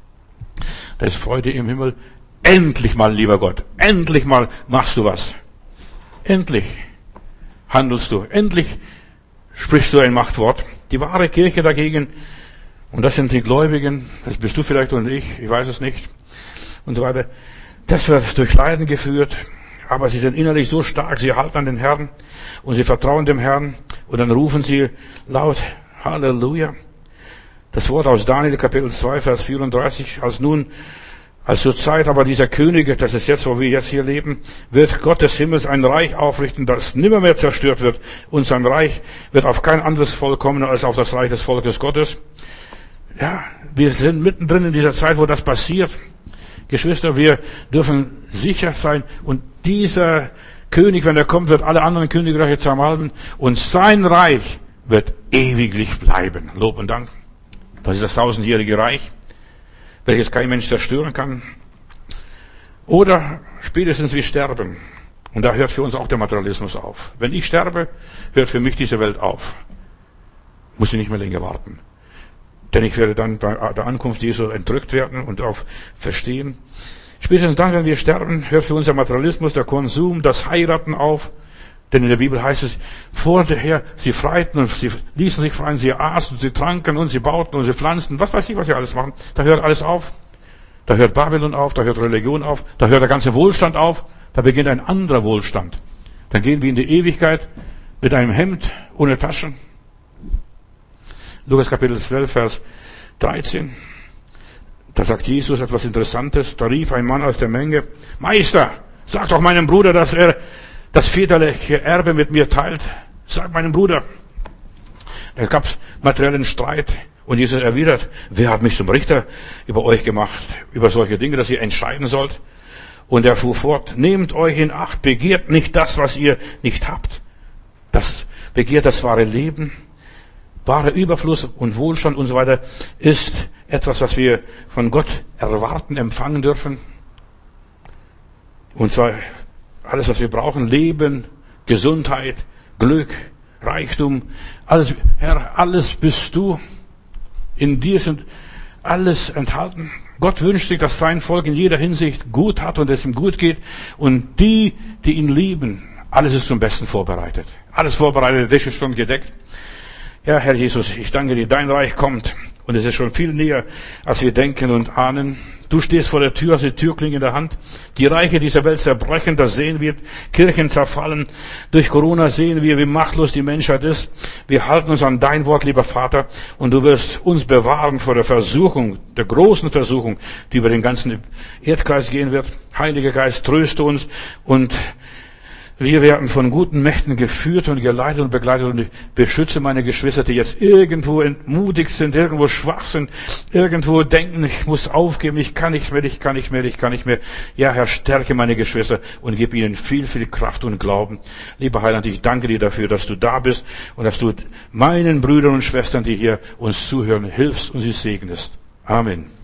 Speaker 1: Da ist Freude im Himmel. Endlich mal, lieber Gott. Endlich mal machst du was. Endlich handelst du. Endlich sprichst du ein Machtwort. Die wahre Kirche dagegen, und das sind die Gläubigen, das bist du vielleicht und ich weiß es nicht, und so weiter, das wird durch Leiden geführt, aber sie sind innerlich so stark, sie halten an den Herrn und sie vertrauen dem Herrn und dann rufen sie laut Halleluja. Das Wort aus Daniel Kapitel 2, Vers 34, als zur Zeit aber dieser Könige, das ist jetzt, wo wir jetzt hier leben, wird Gott des Himmels ein Reich aufrichten, das nimmer mehr zerstört wird. Und sein Reich wird auf kein anderes Volk kommen, als auf das Reich des Volkes Gottes. Ja, wir sind mittendrin in dieser Zeit, wo das passiert. Geschwister, wir dürfen sicher sein. Und dieser König, wenn er kommt, wird alle anderen Königreiche zermalmen. Und sein Reich wird ewiglich bleiben. Lob und Dank. Das ist das 1000-jährige Reich, welches kein Mensch zerstören kann. Oder spätestens wir sterben. Und da hört für uns auch der Materialismus auf. Wenn ich sterbe, hört für mich diese Welt auf. Muss ich nicht mehr länger warten. Denn ich werde dann bei der Ankunft Jesu entrückt werden und auch verstehen. Spätestens dann, wenn wir sterben, hört für uns der Materialismus, der Konsum, das Heiraten auf. Denn in der Bibel heißt es, vorher, sie freiten und sie ließen sich freien, sie aßen, sie tranken und sie bauten und sie pflanzten, was weiß ich, was sie alles machen. Da hört alles auf. Da hört Babylon auf, da hört Religion auf, da hört der ganze Wohlstand auf, da beginnt ein anderer Wohlstand. Dann gehen wir in die Ewigkeit mit einem Hemd ohne Taschen. Lukas Kapitel 12, Vers 13. Da sagt Jesus etwas Interessantes. Da rief ein Mann aus der Menge, Meister, sag doch meinem Bruder, dass er das väterliche Erbe mit mir teilt. Sag meinem Bruder. Da gab es materiellen Streit. Und Jesus erwidert, wer hat mich zum Richter über euch gemacht, über solche Dinge, dass ihr entscheiden sollt? Und er fuhr fort, nehmt euch in Acht, begehrt nicht das, was ihr nicht habt. Das begehrt das wahre Leben, wahre Überfluss und Wohlstand und so weiter ist etwas, was wir von Gott erwarten, empfangen dürfen. Und zwar alles, was wir brauchen, Leben, Gesundheit, Glück, Reichtum, alles, Herr, alles bist du. In dir sind alles enthalten. Gott wünscht sich, dass sein Volk in jeder Hinsicht gut hat und es ihm gut geht. Und die ihn lieben, alles ist zum Besten vorbereitet. Alles vorbereitet, der Tisch ist schon gedeckt. Ja, Herr Jesus, ich danke dir, dein Reich kommt. Und es ist schon viel näher, als wir denken und ahnen. Du stehst vor der Tür, hast die Türklinge in der Hand. Die Reiche dieser Welt zerbrechen, das sehen wir. Kirchen zerfallen. Durch Corona sehen wir, wie machtlos die Menschheit ist. Wir halten uns an dein Wort, lieber Vater. Und du wirst uns bewahren vor der Versuchung, der großen Versuchung, die über den ganzen Erdkreis gehen wird. Heiliger Geist, tröste uns und Wir werden von guten Mächten geführt und geleitet und begleitet und ich beschütze meine Geschwister, die jetzt irgendwo entmutigt sind, irgendwo schwach sind, irgendwo denken, ich muss aufgeben, ich kann nicht mehr. Ja, Herr, stärke meine Geschwister und gib ihnen viel, viel Kraft und Glauben. Lieber Heiland, ich danke dir dafür, dass du da bist und dass du meinen Brüdern und Schwestern, die hier uns zuhören, hilfst und sie segnest. Amen.